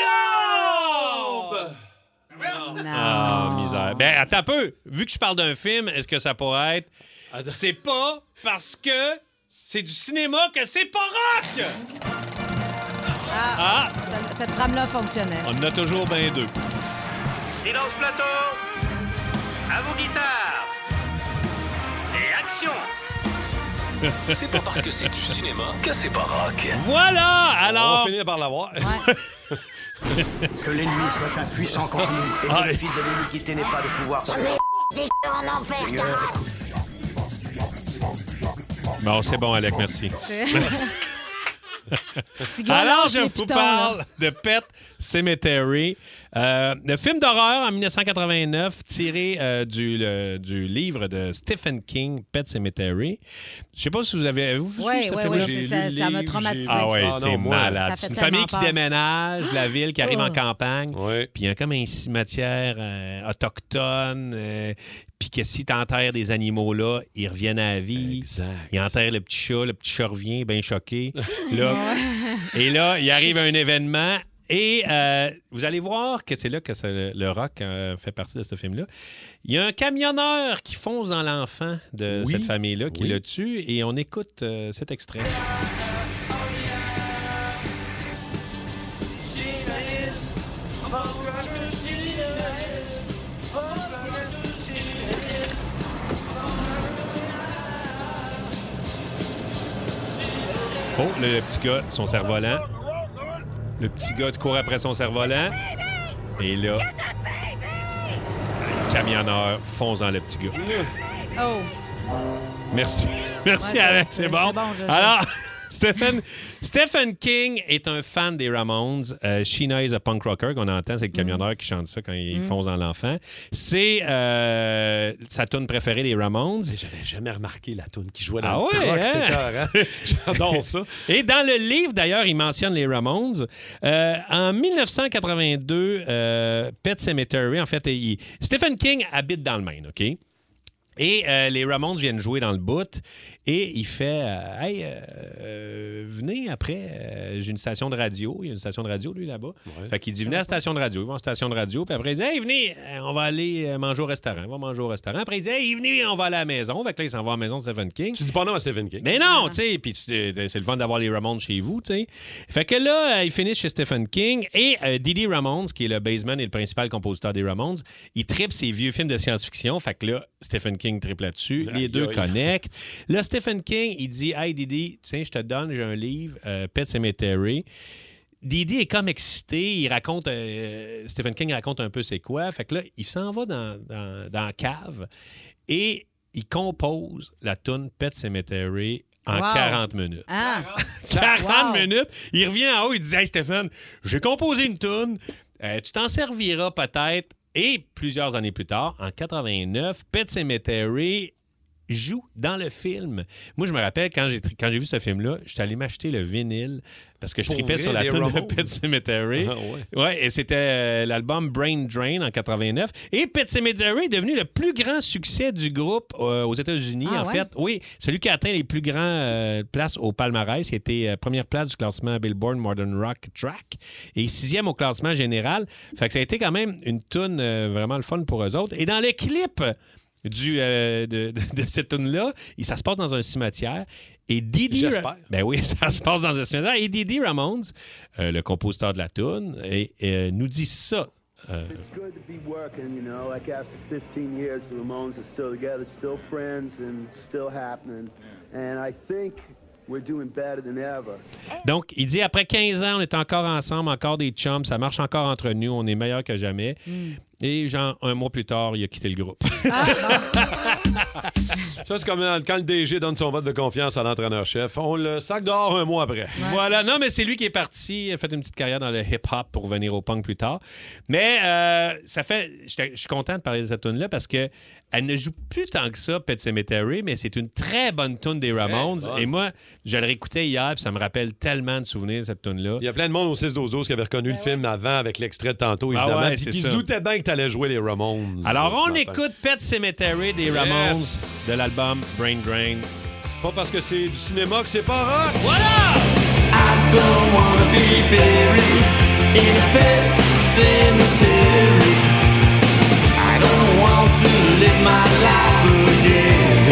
Yob! Non. Ah, misère. Ben, attends un peu. Vu que je parle d'un film, est-ce que ça pourrait être... C'est pas parce que c'est du cinéma que c'est pas rock! Ah, Ah, ça- cette trame-là fonctionnait. on en a toujours bien deux. Silence plateau. À vos guitares. Et action. C'est pas parce que c'est du cinéma que c'est pas rock. Voilà! On va Alors... finir par l'avoir. Que l'ennemi soit un puissant contre nous et que Ah, le fils de l'iniquité n'ait pas de pouvoir sur nous. Seigneur, Bon, c'est bon, Alec, merci. Petit gars, Alors, lâche je les vous pitons, parle là. de Pet Sematary. Euh, le film d'horreur en dix-neuf cent quatre-vingt-neuf, tiré euh, du, le- du livre de Stephen King, Pet Sematary. Je sais pas si vous avez, avez-vous vu Ouais, ce ouais, film-là? ouais, J'ai c'est- lu ça- le ça m'a livre, traumatisé. j'ai- Ah ouais, Ah c'est non, moi, malade. ça C'est fait une famille tellement qui peur. déménage de la ville, qui arrive Oh. en campagne. Ouais. Puis il y a comme un cimetière euh, autochtone. euh, Puis que si tu enterres des animaux là, ils reviennent à la vie. Exact. Ils enterrent le petit chat, le petit chat revient, bien choqué. Là, et là, il arrive un événement. Et euh, vous allez voir que c'est là que ça- le rock euh, fait partie de ce film-là. Il y a un camionneur qui fonce dans l'enfant de Oui. cette famille-là, qui Oui. le tue, et on écoute euh, cet extrait. Oh, le, le petit gars, son cerf-volant. Le petit gars court après son cerf-volant. Et là, le camionneur fonce dans le petit gars. Oh. Merci. Merci, Ouais, Alex. c'est- C'est bon. c'est bon, je- je- Alors, Stephen, Stephen King est un fan des Ramones. Euh, Sheena is a punk rocker qu'on entend, c'est le camionneur qui chante ça quand il Mm. fonce dans l'enfant. C'est euh, sa tune préférée des Ramones. J'avais jamais remarqué la toune qui jouait dans Ah le ouais, truck, c'était hein? écœurant. J'adore ça. Et dans le livre, d'ailleurs, il mentionne les Ramones. Euh, en dix-neuf cent quatre-vingt-deux, euh, Pet Sematary, en fait, il- Stephen King habite dans le Maine, OK? Et euh, les Ramones viennent jouer dans le bout et il fait euh, Hey, euh, euh, venez après, euh, j'ai une station de radio. Il y a une station de radio, lui, là-bas. Fait qu'il dit venez à la station de radio. Ils vont à la station de radio. Puis après, il dit Hey, venez, euh, on va aller euh, manger au restaurant. On va manger au restaurant. Après, il dit Hey, venez, on va aller à la maison. Fait que là, il s'en va à la maison de Stephen King. Tu dis pas non à Stephen King. Mais non, tu sais, puis tu- euh, c'est le fun d'avoir les Ramones chez vous, tu sais. Fait que là, euh, ils finissent chez Stephen King et euh, Didi Ramones, qui est le baseman et le principal compositeur des Ramones, il tripe ses vieux films de science-fiction. Fait que là, Stephen King tripe là-dessus. Les Aïe, deux aïe. connectent. Là, Stephen King, il dit Hey, Didi, tiens, je te donne, j'ai un livre, euh, Pet Sematary. Didi est comme excité, il raconte, euh, Stephen King raconte un peu c'est quoi. Fait que là, il s'en va dans, dans, dans la cave et il compose la tune Pet Sematary en Wow. quarante minutes. Ah. quarante Wow. minutes. Il revient en haut, il dit Hey Stéphane, j'ai composé une tune, euh, tu t'en serviras peut-être. Et plusieurs années plus tard, en quatre-vingt-neuf, Pet Sematary joue dans le film. Moi, je me rappelle, quand j'ai, quand j'ai vu ce film-là, je suis allé m'acheter le vinyle parce que je Pour tripais vrai, sur la des tune de Ramones? Pet Sematary. Ah ouais. Ouais, et c'était euh, l'album Brain Drain en quatre-vingt-neuf. Et Pet Sematary est devenu le plus grand succès du groupe euh, aux États-Unis. Ah en ouais? fait, oui, celui qui a atteint les plus grandes euh, places au palmarès. Il était euh, première place du classement Billboard Modern Rock Track et sixième au classement général. Fait que ça a été quand même une tune euh, vraiment le fun pour eux autres. Et dans le clip du, euh, de, de, de cette tune-là, il- ça se passe dans un cimetière. Et Didi... J'espère. Ben oui, ça se passe dans un cimetière. Et Didi Ramones, euh, le compositeur de la tune, et, euh, nous dit ça. Euh, It's good to be working, you know, like after fifteen years, the Ramones are still together, still friends, and still happening. And I think we're doing better than ever. Donc, il dit, après quinze ans, on est encore ensemble, encore des chums, ça marche encore entre nous, on est meilleurs que jamais. Et genre, un mois plus tard, il a quitté le groupe. Ça, c'est comme quand le D G donne son vote de confiance à l'entraîneur-chef. On le sac dehors un mois après. Voilà. Non, mais c'est lui qui est parti, il a fait une petite carrière dans le hip-hop pour venir au punk plus tard. Mais euh, ça fait... j'étais- Je suis content de parler de cette tune-là parce que elle ne joue plus tant que ça, Pet Sematary, mais c'est une très bonne tune des Ramones. bonne. Et moi, je le réécoutais hier, puis ça me rappelle tellement de souvenirs, cette tune-là. Il y a plein de monde au six douze douze qui avait reconnu le film avant avec l'extrait de tantôt, Ah évidemment. ouais, puis c'est qui ça. se doutait bien que t'allais jouer les Ramones. Alors, ce on matin. écoute Pet Sematary des Ramones Yes. de l'album Brain Drain. C'est pas parce que c'est du cinéma que c'est pas rock. Voilà! I don't wanna be buried in a pet cemetery. I don't want to live my life again.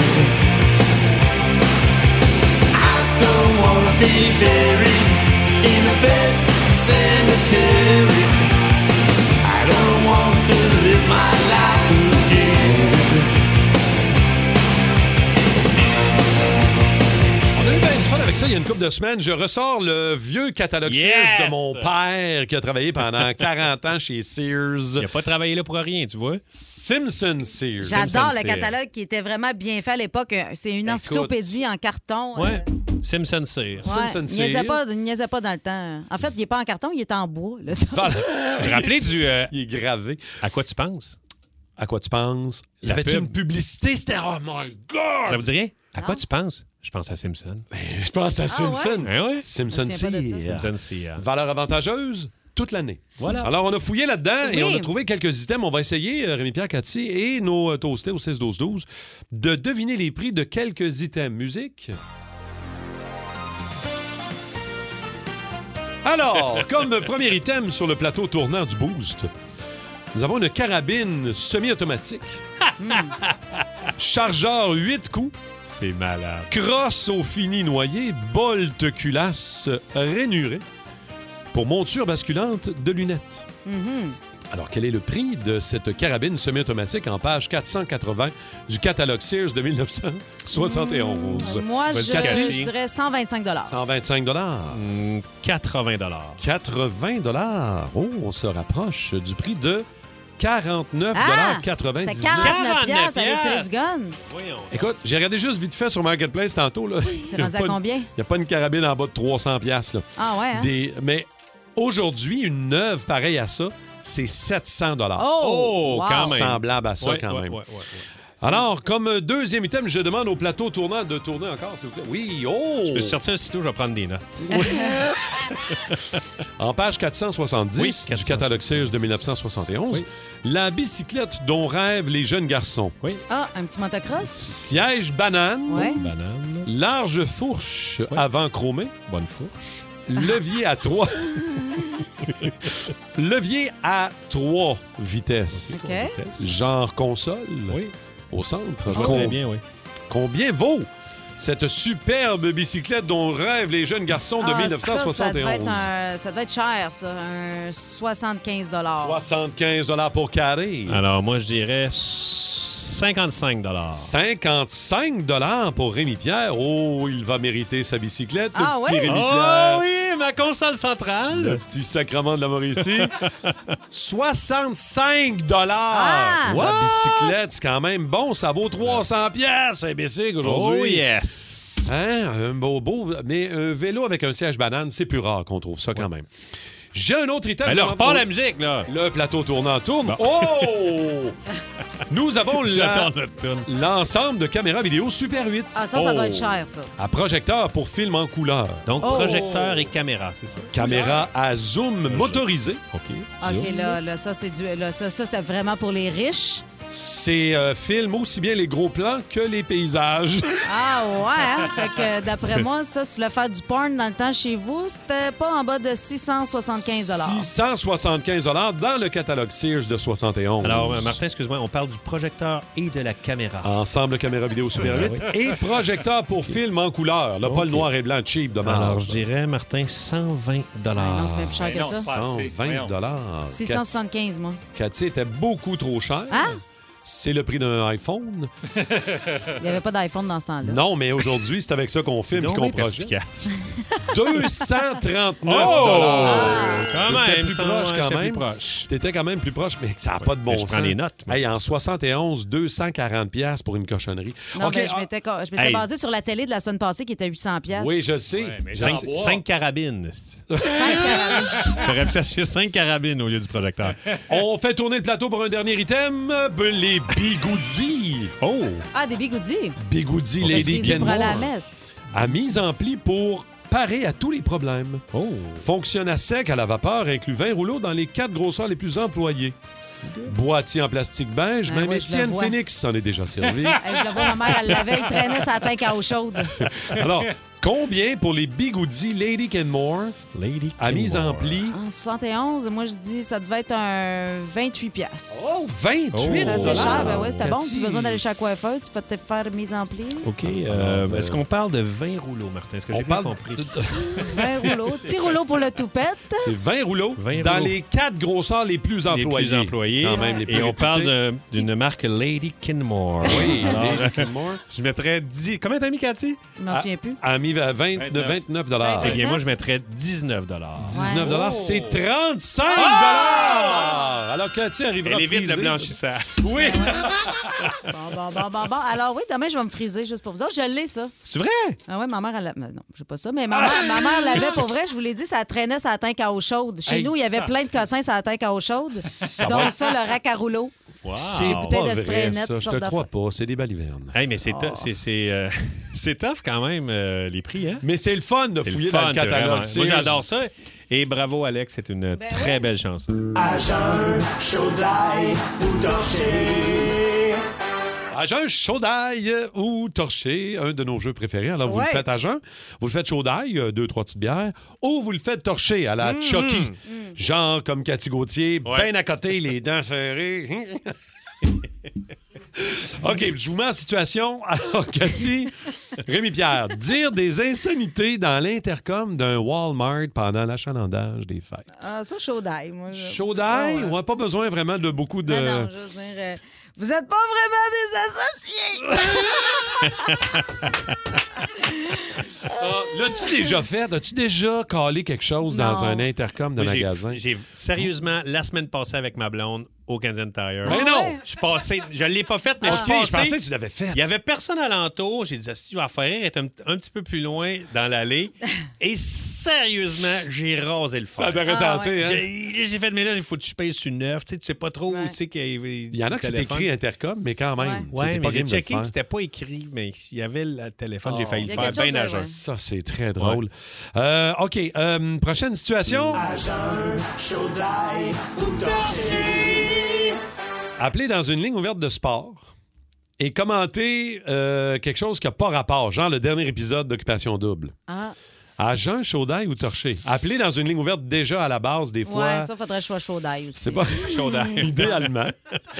I don't wanna be buried in a pet cemetery. I don't want to live my life again. On a eu bien du fun avec ça il y y a une couple de semaines, je ressors le vieux catalogue Yes! Sears de mon père qui a travaillé pendant quarante ans chez Sears. Il n'a pas travaillé là pour rien, tu vois. Simpson Sears. J'adore Simpson le Sears. catalogue qui était vraiment bien fait à l'époque. C'est une encyclopédie en carton. Ouais. Simpson Sears. Ouais, il niaisait pas, il niaisait pas dans le temps. En fait, il n'est pas en carton, il est en bois. Là. Rappelez du... euh, Il est gravé. À quoi tu penses? À quoi tu penses? Il y La avait pub. une publicité? C'était « Oh my God! » Ça vous dit rien? À quoi tu penses? Je pense à Simpson. Je pense à Simpson. Ah ouais? Simpson Je me souviens pas de ça. Sears. Simpson Sears. Valeur avantageuse toute l'année. Voilà. Alors, on a fouillé là-dedans Oui. et on a trouvé quelques items. On va essayer, euh, Rémi-Pierre, Cathy et nos euh, toastés au six douze douze, de deviner les prix de quelques items. Musique. Alors, comme premier item sur le plateau tournant du Boost, nous avons une carabine semi-automatique. Chargeur huit coups. C'est malade. Crosse au fini noyé, bolt culasse rainuré pour monture basculante de lunettes. Mm-hmm. Alors, quel est le prix de cette carabine semi-automatique en page quatre cent quatre-vingts du catalogue Sears de dix-neuf cent soixante et onze? Moi, je, Cathy? je dirais cent vingt-cinq cent vingt-cinq dollars. Hum, quatre-vingts dollars. quatre-vingts dollars. Oh, on se rapproche du prix de quarante-neuf Ah! quatre-vingt-dix-neuf. C'était quarante-neuf piastres, ça allait tirer du gun. Voyons. Écoute, j'ai regardé juste vite fait sur Marketplace tantôt. Là. C'est rendu à combien? Il n'y a pas une carabine en bas de trois cents piastres. Là. Ah ouais, hein? Des... Mais aujourd'hui, une neuve pareille à ça, c'est sept cents dollars. Oh! Oh, Wow. quand même. Semblable à ça Ouais, quand ouais, même. ouais, ouais, ouais. Alors, comme deuxième item, je demande au plateau tournant de tourner encore, s'il vous plaît. Oui, oh! Je peux sortir un sitôt, je vais prendre des notes. En page quatre cent soixante-dix Oui, du quatre cent catalogue Sears de dix-neuf cent soixante et onze, Oui. la bicyclette dont rêvent les jeunes garçons. Oui. Ah, un petit motocross? Siège banane, Ouais. Banane. large fourche avant chromé, Bonne fourche. levier à trois... levier à trois vitesses. OK. Genre console Oui. au centre. Je vois Com- très bien, oui. Combien vaut cette superbe bicyclette dont rêvent les jeunes garçons de Ah, dix-neuf cent soixante et Ça, ça, devait onze? être un- ça devait être cher, ça. Un soixante-quinze dollars. soixante-quinze dollars pour carré. Alors, moi, je dirais cinquante-cinq dollars. cinquante-cinq dollars pour Rémi Pierre. Oh, il va mériter sa bicyclette, le Ah petit ouais? Rémi Oh Pierre. oui, ma console centrale. Le petit sacrement de la Mauricie. soixante-cinq dollars. Ah! La bicyclette, c'est quand même bon. Ça vaut trois cents pièces un bicycle aujourd'hui. Oh yes. Hein? Un beau, beau. Mais un vélo avec un siège banane, c'est plus rare qu'on trouve ça quand même. J'ai un autre item. Ben là, je vais repars en- la musique, là. Le plateau tournant tourne. Oh! Nous avons la- J'attends notre tune. l'ensemble de caméras vidéo Super huit. Ah, ça, ça doit Oh. être cher, ça. À projecteur pour film en couleur. Donc, Oh. projecteur et caméra, c'est ça. Caméra à zoom motorisé. OK. OK, là, là, ça, c'est du. Là, ça, ça c'était vraiment pour les riches. C'est euh, film aussi bien les gros plans que les paysages. Ah, ouais, hein? Fait que d'après moi, ça, si tu voulais faire du porn dans le temps chez vous, c'était pas en bas de six cent soixante-quinze dollars. six cent soixante-quinze dollars dans le catalogue Sears de soixante et onze. Alors, euh, Martin, excuse-moi, on parle du projecteur et de la caméra. Ensemble caméra vidéo Super Ah, huit oui. et projecteur pour film en couleur. Là, pas OK. le noir et blanc cheap de Alors, marge. je dirais, Martin, cent vingt dollars. Ouais, non, c'est même plus cher que non, ça. pas assez. cent vingt dollars. six cent soixante-quinze, moi. Cathy était beaucoup trop cher. Hein? C'est le prix d'un iPhone. Il n'y avait pas d'iPhone dans ce temps-là. Non, mais aujourd'hui, c'est avec ça qu'on filme et Donc, qu'on oui, projette. perspicace. deux cent trente-neuf Oh! dollars. Quand T'étais même, plus ça, proche ouais, quand j'étais même. plus proche. T'étais quand même plus proche, mais ça n'a pas de bon Mais sens. je prends les notes, moi, Hey, c'est en ça. soixante et onze, deux cent quarante pièces pour une cochonnerie. Non, OK, mais je ah, m'étais, je m'étais Hey. basée sur la télé de la semaine passée qui était huit cents piastres. oui, je sais. Ouais, mais Je sans sais. bois. Cinq carabines. T'aurais pu acheter cinq carabines au lieu du projecteur. On fait tourner le plateau pour un dernier item. Ben, les bigoudis. Oh! Ah, des bigoudis. Bigoudis Des Lady frisés pour aller à la Kenmore. messe. À mise en pli pour parer à tous les problèmes. Oh! Fonctionne à sec, à la vapeur, inclut vingt rouleaux dans les quatre grosseurs les plus employés. Boîtier en plastique beige, Ah même oui, je le Étienne vois. Phoenix s'en est déjà servi. Hey, je le vois, ma mère, elle l'avait, il traînait sa tête à eau chaude. Alors, combien pour les bigoudis Lady Kenmore Lady à mise en Kenmore. pli? En soixante et onze, moi, je dis ça devait être un vingt-huit piastres. Oh, vingt-huit C'est assez dollars. cher, ben oui, c'était bon. Cathy. Plus besoin d'aller chez la coiffeur, tu peux te faire mise en pli. OK. euh, Est-ce qu'on parle de vingt rouleaux, Martin? Est-ce que On j'ai bien parle compris? de- vingt rouleaux. Petit rouleau pour le toupette. C'est vingt rouleaux vingt dans rouleaux. les quatre grosseurs les plus Les employés. plus employés. Quand même, les plus Et on réputés. parle de- d'une marque Lady Kenmore. Oui, Alors, Lady Kenmore. je mettrais dix. Combien t'as mis, Cathy? Je m'en Ah. souviens plus. A mis à vingt, vingt-neuf dollars. Eh bien, moi, je mettrais dix-neuf dollars. dix-neuf dollars, Oh. c'est trente-cinq dollars! Alors, Cathy arrivera Elle évite frisée. le blanchissage. Oui! Bon, bon, bon, bon, bon. Alors oui, demain, je vais me friser juste pour vous autres. Je l'ai, ça. C'est vrai? Ah ouais, ma mère, elle a... Non, j'ai pas ça, mais ma mère, ma mère l'avait pour vrai. Je vous l'ai dit, ça traînait sur la tank à eau chaude. Chez Hey, nous, il y avait ça- plein de cossins sur la tank à eau chaude. Ça dont va- ça, le rack à rouleau. Wow. C'est Des bouteilles pas de spray vrai, net, ça. toutes Je sortes te crois d'affaires. pas. C'est des balivernes. Hey, mais c'est tou- c'est- c'est, euh, c'est tough quand même, euh, les prix, hein? Mais c'est le fun de C'est fouiller le fun, dans le c'est catalogue. vraiment- C'est- Moi, j'adore ça. Et bravo, Alex, c'est une Ben très belle chanson. À jeun, chaud d'ail ou torché. À jeun, chaud d'ail ou torché, un de nos jeux préférés. Alors, vous Ouais. le faites à jeun, vous le faites chaud d'ail, euh, deux, trois petites bières, ou vous le faites torché à la Chucky. Genre comme Cathy Gauthier, bien à côté, les dents serrées. OK, je vous mets en situation. Alors, Cathy, Rémi-Pierre, dire des insanités dans l'intercom d'un Walmart pendant l'achalandage des fêtes. Ah, ça, chaud d'ail. Moi, je... Chaud d'ail, Ah, ouais. on n'a pas besoin vraiment de beaucoup de... Non, non, je veux dire, euh, vous êtes pas vraiment des associés! Ah, l'as-tu déjà fait? As-tu déjà calé quelque chose dans Non. un intercom de Moi, j'ai- magasin? J'ai sérieusement, la semaine passée avec ma blonde, au Canadian Tire. Mais non! Je suis passé, je l'ai pas fait, mais Ok, je suis passé. je pensais que tu l'avais fait. Il y avait personne alentour. J'ai dit, si je vais faire être un, un petit peu plus loin dans l'allée. Et sérieusement, j'ai rasé le feu. Ça t'aurait Ah, tenté, ouais. hein? J'ai j'ai fait, mais là, il faut que tu payes sur neuf. Tu sais, tu sais pas trop où c'est qu'il y a. Il y en a qui c'est écrit intercom, mais quand même. tu sais, Ouais, t'es pas mais j'ai game de le checké, faire. puis c'était pas écrit, mais il y avait le téléphone, j'ai Oh. failli Il y le a faire quelque bien chose à de- jeun. Ça, c'est très drôle. Euh, OK, euh, prochaine situation. À jeun, chaud d'ail ou torché. Appelez dans une ligne ouverte de sport et commentez euh, quelque chose qui n'a pas rapport, genre le dernier épisode d'Occupation Double. Ah, À jeun, chaud d'ail ou torché. Appelez dans une ligne ouverte déjà à la base, des fois. ouais, ça, faudrait que je sois chaud d'ail aussi. C'est pas chaud d'ail. Idéalement.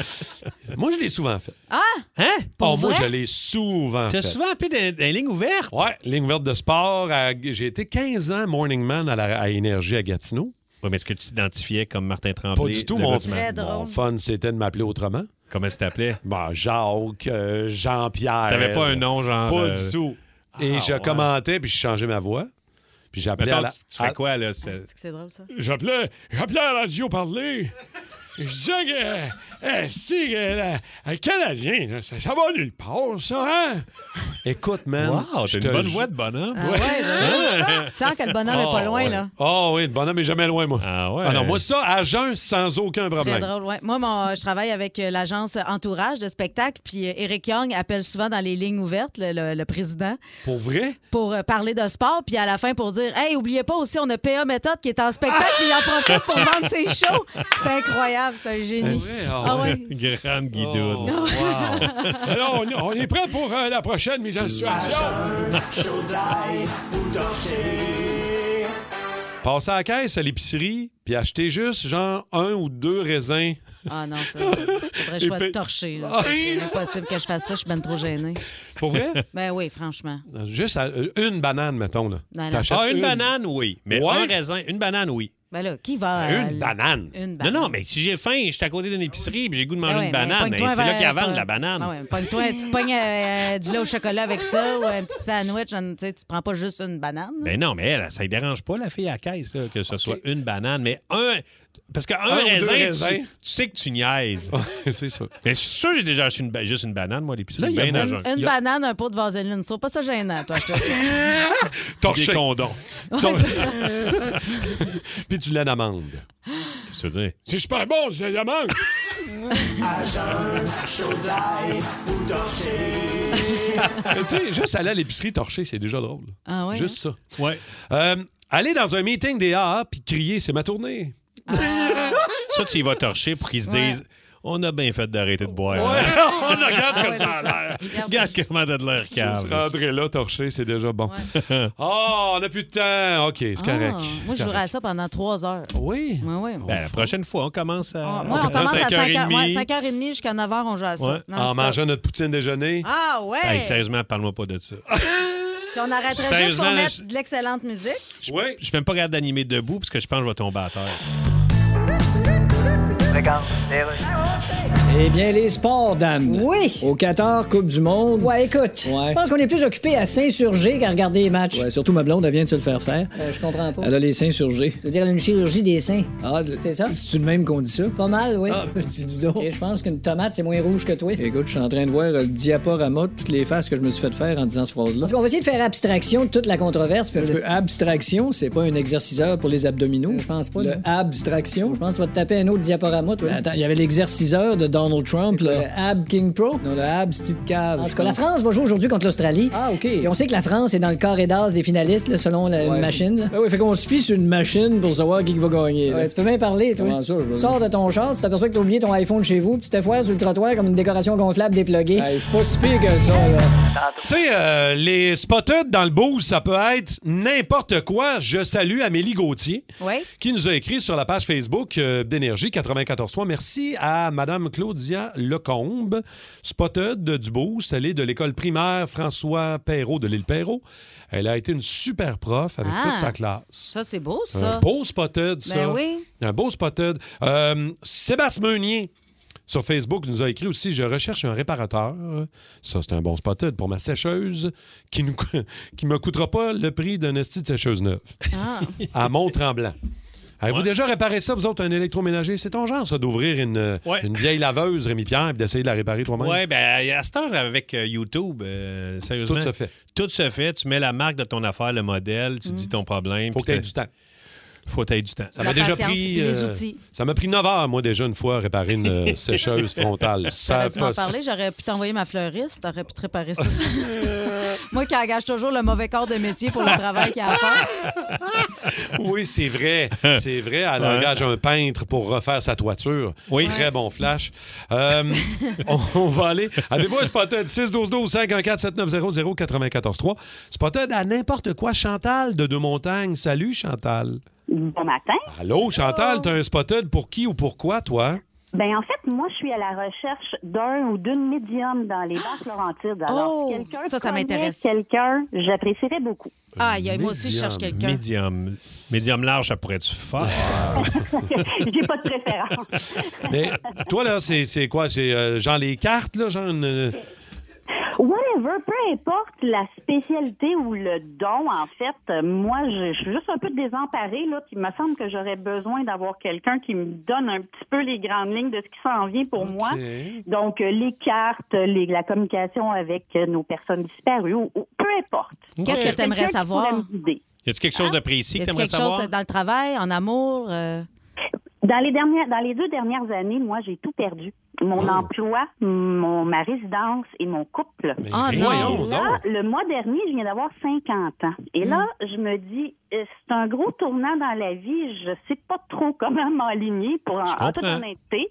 Moi, je l'ai souvent fait. Ah! Hein? Oh, moi, vrai? je l'ai souvent T'as fait. souvent appelé dans, dans les lignes ouvertes? Ouais, ligne ouverte de sport. à- J'ai été quinze ans morning man à, la, à Énergie à Gatineau. Oui, mais est-ce que tu t'identifiais comme Martin Tremblay? Pas du tout. le Mon, gars du Matin? mon fun, c'était de m'appeler autrement. Comment tu t'appelais? Bon, Jacques, euh, Jean-Pierre. T'avais pas un nom, genre, Pas euh, du tout. Et Ah, je ouais. commentais, puis je changeais ma voix. Puis j'appelais Mettons, à la... tu fais quoi, là? c'est- C'est que c'est drôle, ça. J'appelais, j'appelais à la radio parler. Je disais que, eh, si, que la- un Canadien, là, ça, ça va nulle part, ça, hein? Écoute, man. Wow, je t'as te une bonne ju- voix de bonhomme. Ah ouais, là. Tu sens que le bonhomme est pas Ah, loin, ouais. là. Ah oui, le bonhomme est jamais loin, moi. Ah ouais? Ah non, moi, ça, à jeun, sans aucun Très problème. drôle, ouais. Moi, mon- je travaille avec euh, l'agence Entourage de spectacle, puis euh, Eric Young appelle souvent dans les lignes ouvertes, le, le- le président, Pour vrai? pour euh, parler de sport, puis à la fin pour dire « Hey, oubliez pas aussi, on a P A Méthode qui est en spectacle, puis il en profite pour vendre ses shows. » C'est incroyable, c'est un génie. Ah ouais. Grande guidoune. Oh, wow. Alors, on, on est prêt pour euh, la prochaine mise en situation. Chaud d'ail ou torché. Passez à la caisse à l'épicerie, puis achetez juste, genre, un ou deux raisins. Ah non, ça, faudrait que je sois Épais. torché. là. Ah. C'est impossible que je fasse ça, je suis ben trop gênée. Pour vrai? Ben oui, franchement. Juste à- une banane, mettons, là. Non, non. T'achètes Ah, une banane, oui. Mais Ouais? un raisin, une banane, oui. Ben là, qui va... Une euh, banane. Une Non, banane. non, mais si j'ai faim, je suis à côté d'une épicerie et j'ai le goût de manger Ben ouais, une mais banane, mais pogne-toi c'est un là verre- qu'il y a à vendre pas- la banane. Ah ouais, pogne-toi, tu te pognes euh, du lait au chocolat avec ça ou un petit sandwich, un- tu sais, tu prends pas juste une banane. Ben non, mais elle, ça ne dérange pas, la fille à la caisse, là, que ce soit une banane, mais un. Parce qu'un Un ou deux raisin, raisins. tu, tu sais que tu niaises. C'est ça. Mais je suis sûr que j'ai déjà acheté une ba- juste une banane, moi, à l'épicerie. Là, il y a bien même- à jeun. Une Il y a- banane, un pot de vaseline. C'est pas ça gênant, toi, je te sais. Torché. Des condoms. Puis du lait d'amande. Qu'est-ce que tu veux dire? C'est super bon, c'est d'amande. À jeun, chaud d'ail ou torché. Tu sais, juste aller à l'épicerie torché, c'est déjà drôle. Ah ouais, Juste ça. Ouais. Euh, aller dans un meeting des A A puis crier, c'est ma tournée. Ça, tu y vas torcher pour qu'ils se Ouais. disent on a bien fait d'arrêter de boire. Ouais, hein? on regarde Ah ce ouais, que ça a c'est ça. l'air. Regarde comment t'as de l'air Se cave. rentrer là, torché, c'est déjà bon. Oh, on n'a plus de temps. OK, c'est Ah, correct. moi, C'est je jouerais à correct. ça pendant trois heures. Oui. Oui, oui. Ben, la prochaine fois, on commence à. Ah, moi, on commence à cinq heures cinq heures trente. ouais, cinq heures trente jusqu'à neuf heures, on joue à ça. Ouais. Non-stop. En mangeant notre poutine déjeuner. Ah ouais! Hey, sérieusement, parle-moi pas de ça. Puis on arrêterait juste Sérieusement, pour là, mettre je- de l'excellente musique. Oui. Je suis même pas capable d'animer debout parce que je pense que je vais tomber à terre. Regarde, les rues. Eh bien, les sports, Dan. Oui. Au Qatar, Coupe du Monde. Ouais, écoute. Ouais. Je pense qu'on est plus occupé à s'insurger qu'à regarder les matchs. Ouais, surtout ma blonde, elle vient de se le faire faire. Euh, je comprends pas. Elle a les seins surgés. Tu veux dire une chirurgie des seins? Ah, C'est ça? c'est-tu le même qu'on dit ça? Pas mal, oui. Ah, ben, tu dis donc. Et je pense qu'une tomate, c'est moins rouge que toi. Écoute, je suis en train de voir le diaporama de toutes les faces que je me suis fait faire en disant cette phrase-là. En tout cas, on va essayer de faire abstraction de toute la controverse. Puis Parce que abstraction, c'est pas un exerciceur pour les abdominaux. Je pense pas. Le non. abstraction. Je pense que tu vas te taper un autre diaporama, toi. Attends, il y avait l'exerciceur de Donald Trump, le quoi? Ab King Pro. Non, le Ab Steve Cave. En tout cas, la France va jouer aujourd'hui contre l'Australie. Ah, OK. Et on sait que la France est dans le carré d'as des finalistes, là, selon la Ouais. machine. là. Ah oui, fait qu'on se fie sur une machine pour savoir qui va gagner. là. Ouais, tu peux bien parler, toi. Comment ça, je veux Tu sors de ton char, tu t'aperçois que t'as oublié ton iPhone chez vous, puis tu t'effoires sur le trottoir comme une décoration gonflable dépluguée. Hey, je suis pas si pire que ça, là. Tu sais, euh, les spotted dans le boost, ça peut être n'importe quoi. Je salue Amélie Gauthier, Oui. qui nous a écrit sur la page Facebook euh, d'Énergie quatre-vingt-quatorze trois. Merci à Mme Claudia Lecombe, spotted du boost. Elle est de l'école primaire François Perrault de l'île Perrault. Elle a été une super prof avec Ah. toute sa classe. Ça, c'est beau, ça. Un beau spotted, ça. Ben oui. Un beau spotted. Euh, Sébastien Meunier, sur Facebook, nous a écrit aussi « Je recherche un réparateur. » Ça, c'est un bon spotted pour ma sécheuse qui ne qui me coûtera pas le prix d'un esti de sécheuse neuve. Ah. À Mont-Tremblant. Avez-vous déjà réparé ça, vous autres, un électroménager? C'est ton genre, ça, d'ouvrir une, Ouais. une vieille laveuse, Rémi-Pierre, et d'essayer de la réparer toi-même? Oui, bien, à cette heure, avec euh, YouTube, euh, sérieusement. Tout se fait. Tout se fait. Tu mets la marque de ton affaire, le modèle, tu dis ton problème. Faut que puis tu aies t'as- du temps. Faut que tu aies du temps. Ça La m'a déjà patience, pris. puis les euh, outils. ça m'a pris neuf heures, moi, déjà, une fois, réparer une euh, sécheuse frontale. Ça J'aurais dû m'en fa- parler, j'aurais pu t'envoyer ma fleuriste, t'aurais pu te réparer ça. Moi qui engage toujours le mauvais corps de métier pour le travail qu'il y a à faire. Oui, c'est vrai. C'est vrai. Elle engage un peintre pour refaire sa toiture. Oui. Très bon flash. Euh, on, on va aller. Avez-vous un spotted six douze douze cinq un quatre sept neuf zéro zéro quatre-vingt-quatorze trois? Spotted à n'importe quoi. Chantal de Deux-Montagnes. Salut, Chantal. Bon matin. Allô, Chantal, t'as un spotted pour qui ou pourquoi, toi? Ben en fait, moi, je suis à la recherche d'un ou d'une médium dans les Basses-Laurentides. Alors, Oh, si quelqu'un ça, ça connaît m'intéresse. quelqu'un, j'apprécierais beaucoup. Ah, y a- moi aussi, je cherche quelqu'un. Médium. Médium large, ça pourrait être fort. J'ai pas de préférence. Mais toi, là, c'est c'est quoi? C'est euh, genre les cartes, là? Genre une... euh, Whatever, peu importe la spécialité ou le don, en fait, euh, moi, je, je suis juste un peu désemparée, là, puis il me semble que j'aurais besoin d'avoir quelqu'un qui me donne un petit peu les grandes lignes de ce qui s'en vient pour moi. Donc, euh, les cartes, les, la communication avec euh, nos personnes disparues, ou, ou peu importe. Qu'est-ce que tu aimerais Quelqu'un qui savoir? pourrait me guider. Y a-tu quelque chose de précis Y que a-t-il t'aimerais quelque chose savoir? dans le travail, en amour? euh? Dans les dernières, dans les deux dernières années, moi, j'ai tout perdu. Mon emploi, mon, ma résidence et mon couple. Ah, Et non. là, le mois dernier, je viens d'avoir cinquante ans. Et là, je me dis, euh, c'est un gros tournant dans la vie. Je sais pas trop comment m'aligner pour en, en toute comprends. honnêteté.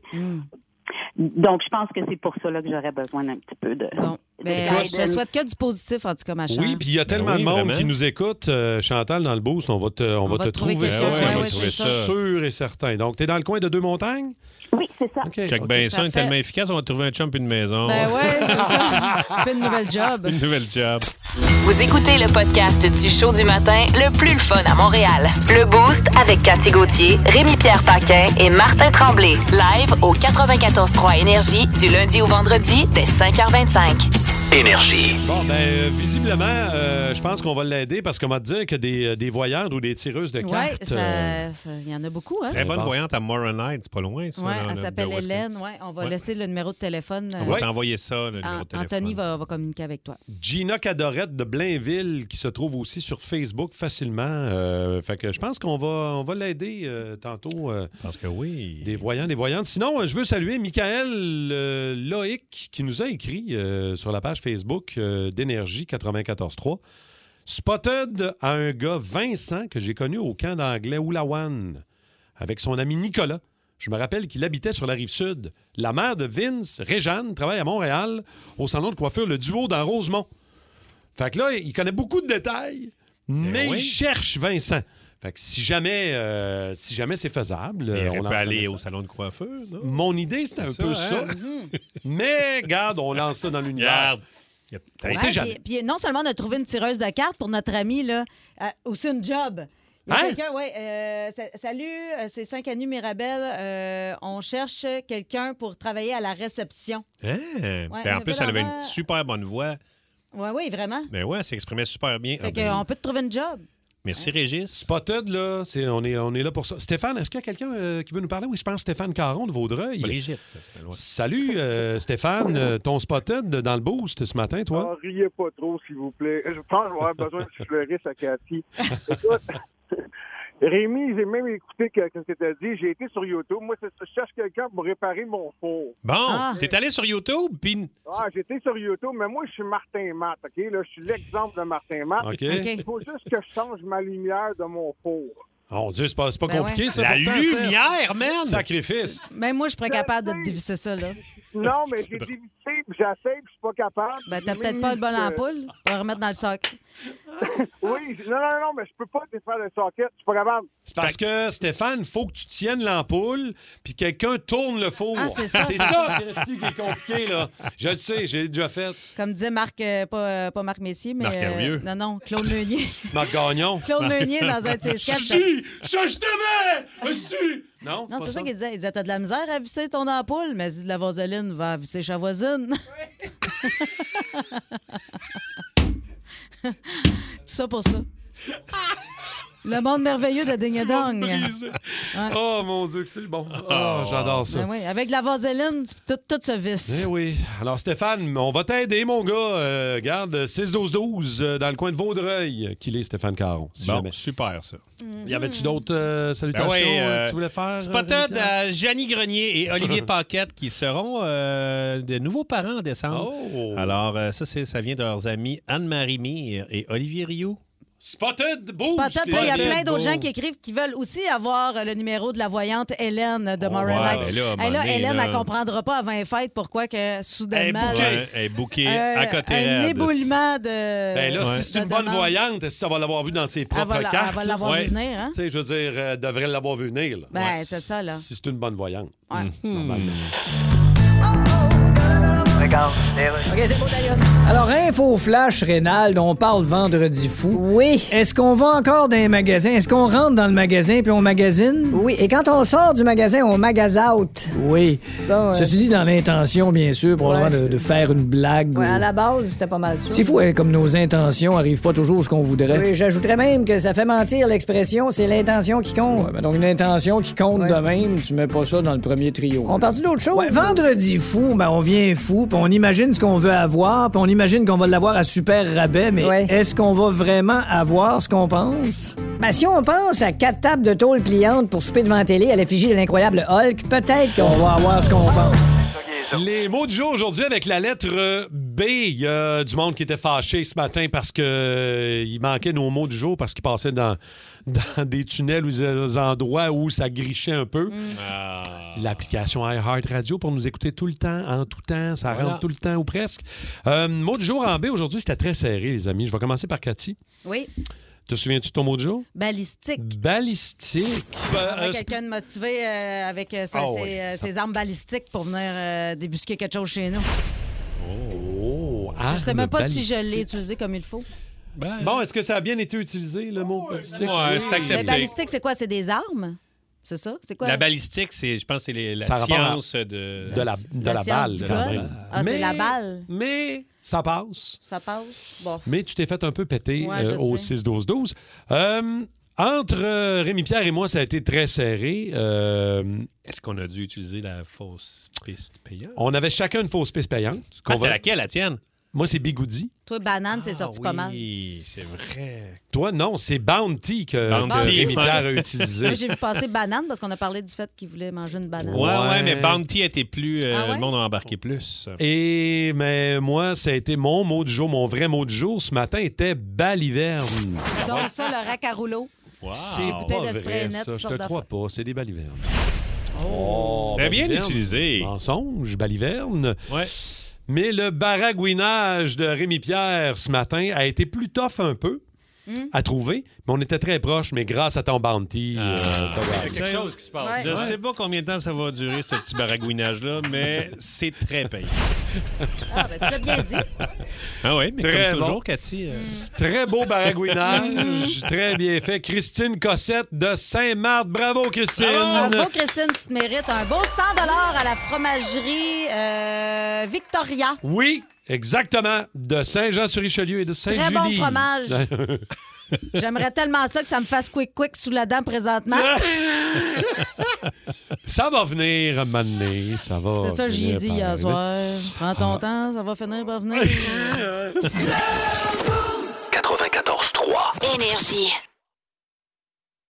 Donc, je pense que c'est pour ça là, que j'aurais besoin d'un petit peu de... Bon. Ben, de- je te souhaite que du positif, en tout cas, ma chère. Oui, puis il y a tellement Ben oui, de monde vraiment. qui nous écoute. Euh, Chantal, dans le boost, on va te, on va va te te trouver trouver quelqu'un. ça. Ouais, on va ouais, te c'est trouver ça. ça. Sûr et certain. Donc, tu es dans le coin de Deux-Montagnes? Oui, c'est ça. OK. Check OK. bien ça, on est parfait. tellement efficace, on va trouver un chum et une maison. Ben ouais, c'est ça. Fais une nouvelle job. Une nouvelle job. Vous écoutez le podcast du show du matin le plus le fun à Montréal. Le Boost avec Cathy Gauthier, Rémi-Pierre Paquin et Martin Tremblay. Live au quatre-vingt-quatorze trois Énergie du lundi au vendredi dès cinq heures vingt-cinq. Énergie. Bon, ben, euh, visiblement, euh, je pense qu'on va l'aider parce qu'on va te dire que des, euh, des voyantes ou des tireuses de Oui, cartes. euh, il y en a beaucoup. Hein? Très bonne pense- voyante à Moronite, c'est pas loin, ça. Ouais, là, elle de- s'appelle de West- Hélène. Ouais, on va Ouais. laisser le numéro de téléphone. On euh, va t'envoyer ça, le numéro An- de téléphone. Anthony va, va communiquer avec toi. Gina Cadorette de Blainville qui se trouve aussi sur Facebook facilement. Euh, fait que je pense qu'on va, on va l'aider euh, tantôt. euh, Parce que oui. Des voyants, des voyantes. Sinon, euh, je veux saluer Michael euh, Loïc qui nous a écrit euh, sur la page Facebook euh, d'Énergie quatre-vingt-quatorze trois. Spotted à un gars, Vincent, que j'ai connu au camp d'anglais Oulawan, avec son ami Nicolas. Je me rappelle qu'il habitait sur la rive sud. La mère de Vince, Réjeanne, travaille à Montréal au salon de coiffure Le Duo dans Rosemont. Fait que là, il connaît beaucoup de détails, mais oui. il cherche Vincent. Fait que si jamais, euh, si jamais c'est faisable, Et euh, on on peut lance aller ça. au salon de coiffeur, non? Mon idée, c'était un C'est peu ça, ça. hein? Mais, regarde, on lance ça dans l'univers. Regarde. Il y a- On Ouais, sait jamais. puis, puis non seulement on a trouvé une tireuse de cartes pour notre ami, là, euh, aussi une job. Il y a Hein? quelqu'un, oui. Euh, sa- salut, euh, c'est cinq Avenue Mirabel. Euh, on cherche quelqu'un pour travailler à la réception. Hein? Ouais, Ben, en un plus, peu elle avait d'avant. une super bonne voix. Oui, oui, vraiment. Ben ouais, elle s'exprimait super bien. Fait Ah, ben, qu'on peut te trouver une job. Merci, Régis. Spotted, là, c'est, on, est, on est là pour ça. Stéphane, est-ce qu'il y a quelqu'un euh, qui veut nous parler? Oui, je pense Stéphane Caron de Vaudreuil. Brigitte, ça s'appelle, ouais. Salut, euh, Stéphane. Euh, ton Spotted dans le boost ce matin, toi? Ah, riez pas trop, s'il vous plaît. Je pense que je vais avoir besoin de fleuriste à Cathy. Écoute, Rémi, j'ai même écouté que- ce que tu as dit. J'ai été sur YouTube. Moi, c'est- je cherche quelqu'un pour réparer mon four. Bon, Ah. t'es allé sur YouTube, puis... Ah, j'étais sur YouTube, mais moi, je suis Martin Matt, OK? Là, je suis l'exemple de Martin Matt. OK. Il faut juste que je change ma lumière de mon four. Oh Dieu, c'est pas, c'est pas Ben compliqué, ouais. ça. La pourtant, Steph. lumière, man! Sacrifice. Même moi, je serais capable de te dévisser ça, là. Non, mais j'ai dévissé, puis j'essaie, puis je suis pas capable. Ben, t'as J'ai peut-être même pas mis de bonne que- ampoule. On va remettre dans le sac. Oui, non, non, non, mais je peux pas défaire le socket. Je suis pas capable. C'est parce que, Stéphane, il faut que tu tiennes l'ampoule puis quelqu'un tourne le four. Ah, c'est ça. C'est ça, Christy, qui est compliqué, là. Je le sais, j'ai déjà fait. Comme disait Marc, euh, pas, euh, pas Marc Messier, mais. Marc euh, Hervieux. non, non, Claude Meunier. Marc Gagnon. Claude Meunier dans un de ses sketchs. Si, ça, je t'aimais! Si! Non, Non, pas c'est ça qu'il disait. Il disait, t'as de la misère à visser ton ampoule, mais de la vaseline va visser chez voisine. Tout ça pour ça. Le monde merveilleux de Ding et Dong. Ouais. Oh, mon Dieu, que c'est bon. Oh, j'adore ça. Ben oui, avec de la vaseline, tout, tout se visse. Eh oui. Alors, Stéphane, on va t'aider, mon gars. Euh, regarde, six douze douze euh, dans le coin de Vaudreuil. Qu'il est Stéphane Caron, si Bon, jamais. super, ça. Y avait-tu d'autres euh, salutations Ben ouais, euh, euh, que tu voulais faire? Spotted euh, Rémi-Pierre? à Janie Grenier et Olivier Paquette qui seront euh, de nouveaux parents en décembre. Oh. Alors, euh, ça, c'est, ça vient de leurs amis Anne-Marie Mire et Olivier Rioux. Spotted, boost! Spotted, puis il y a Spotted, plein d'autres boom. gens qui écrivent qui veulent aussi avoir euh, le numéro de la voyante Hélène de Oh, Morin ouais, Knight. ben là, à un Hey, moment là, donné, Hélène, là. elle comprendra pas avant les fêtes pourquoi que soudainement. Elle est là, bouquée, elle est bouquée euh, à côté un raide. éboulement de. Ben là, Ouais. si c'est de une bonne demandes. voyante, est-ce que ça va l'avoir vu dans ses propres va la- cartes? elle va l'avoir là? vu venir, hein? Tu sais, je veux dire, euh, elle devrait l'avoir vu venir. Là. Ben, c'est ça, là. Si c'est une bonne voyante. Ouais. Normalement. OK, c'est beau, d'ailleurs. Alors, info flash, Rénal, on parle vendredi fou. Oui. Est-ce qu'on va encore dans les magasins? Est-ce qu'on rentre dans le magasin puis on magasine? Oui. Et quand on sort du magasin, on magase out. Oui. Bon, euh, Ceci dit, dans l'intention, bien sûr, probablement Ouais. de, de faire une blague. Ouais, ou- à la base, c'était pas mal ça. C'est fou, hein, comme nos intentions arrivent pas toujours ce qu'on voudrait. Oui, j'ajouterais même que ça fait mentir l'expression, c'est l'intention qui compte. Ouais, ben donc une intention qui compte Ouais. de même, tu mets pas ça dans le premier trio. On parle d'autre chose? Ouais, vendredi fou, ben on vient fou, puis on imagine ce qu'on veut avoir, puis on imagine qu'on va l'avoir à super rabais, mais Ouais. est-ce qu'on va vraiment avoir ce qu'on pense? Ben, si on pense à quatre tables de tôle pliantes pour souper devant la télé à l'effigie de l'incroyable Hulk, peut-être qu'on On va avoir ce qu'on pense. Les mots du jour aujourd'hui avec la lettre B. Il y a du monde qui était fâché ce matin parce que euh, il manquait nos mots du jour parce qu'ils passaient dans, dans des tunnels ou des endroits où ça grichait un peu. Ah. L'application iHeartRadio pour nous écouter tout le temps, en tout temps. Ça Voilà. rentre tout le temps ou presque. Euh, mot du jour en B aujourd'hui, c'était très serré, les amis. Je vais commencer par Cathy. Oui. Te souviens-tu de ton mot du jour? Balistique. Balistique. On Euh, avait c'est- quelqu'un de motivé euh, avec euh, sa- Ah ses, oui, euh, ça- ses armes balistiques pour venir euh, débusquer quelque chose chez nous. Oh, je sais arme même pas si je balistique. l'ai utilisé comme il faut. C'est Bon, est-ce que ça a bien été utilisé, le mot balistique? Ouais, c'est accepté. Mais balistique, c'est quoi? C'est des armes? C'est ça? C'est quoi? La balistique, c'est, je pense, c'est les- la Ça a rapport à- science de... De la, de la, La science balle. du quand gun? même. Ah, c'est Mais- la balle. Mais ça passe. Ça passe? Bon. Mais tu t'es fait un peu péter Ouais, je euh, au sais. six douze douze. Euh, entre euh, Rémi-Pierre et moi, ça a été très serré. Euh, Est-ce qu'on a dû utiliser la fausse piste payante? on avait chacun une fausse piste payante. qu'on Ah, c'est va- laquelle, la tienne? Moi, c'est Bigoudi. Toi, banane, c'est Ah sorti pas mal. Oui, c'est vrai. Toi, non, c'est Bounty que, Bounty, que Rémi-Pierre ouais. a utilisé. Moi, j'ai vu passer banane parce qu'on a parlé du fait qu'il voulait manger une banane. Ouais, ouais, Ouais. mais Bounty était plus... euh, Ah ouais? Le monde a embarqué plus. Et mais moi, ça a été mon mot du jour. Mon vrai mot du jour ce matin était baliverne. Donc ça, le rack à rouleau. Wow. C'est bouteille pas de spray vrai, net, ça. toutes Je te sortes crois pas. C'est des balivernes. Oh, C'était bien baliverne. utilisé. Mensonge, baliverne. Ouais. Mais le baragouinage de Rémi-Pierre ce matin a été plus tough un peu. à trouver, mais on était très proches, mais grâce à ton bounty. euh, t'as Il y a gagné. quelque chose qui se passe. Je là. sais pas combien de temps ça va durer, ce petit baragouinage-là, mais c'est très payant. Ah, ben, tu l'as bien dit. Ah oui, mais Très comme bon. toujours, Cathy... euh, Très beau baragouinage, très bien fait. Christine Cossette de Saint-Marthe. Bravo, Christine! Bravo, Christine, tu te mérites un beau cent dollars à la fromagerie euh, Victoria. Oui, exactement. De Saint-Jean-sur-Richelieu et de Saint-Julie. Très bon fromage. J'aimerais tellement ça que ça me fasse quick-quick sous la dent présentement. Ça va venir, un moment donné. Ça va. C'est ça que j'y ai finir dit par hier arriver. soir. Prends ton temps, ça va finir par venir. quatre-vingt-quatorze trois. Énergie.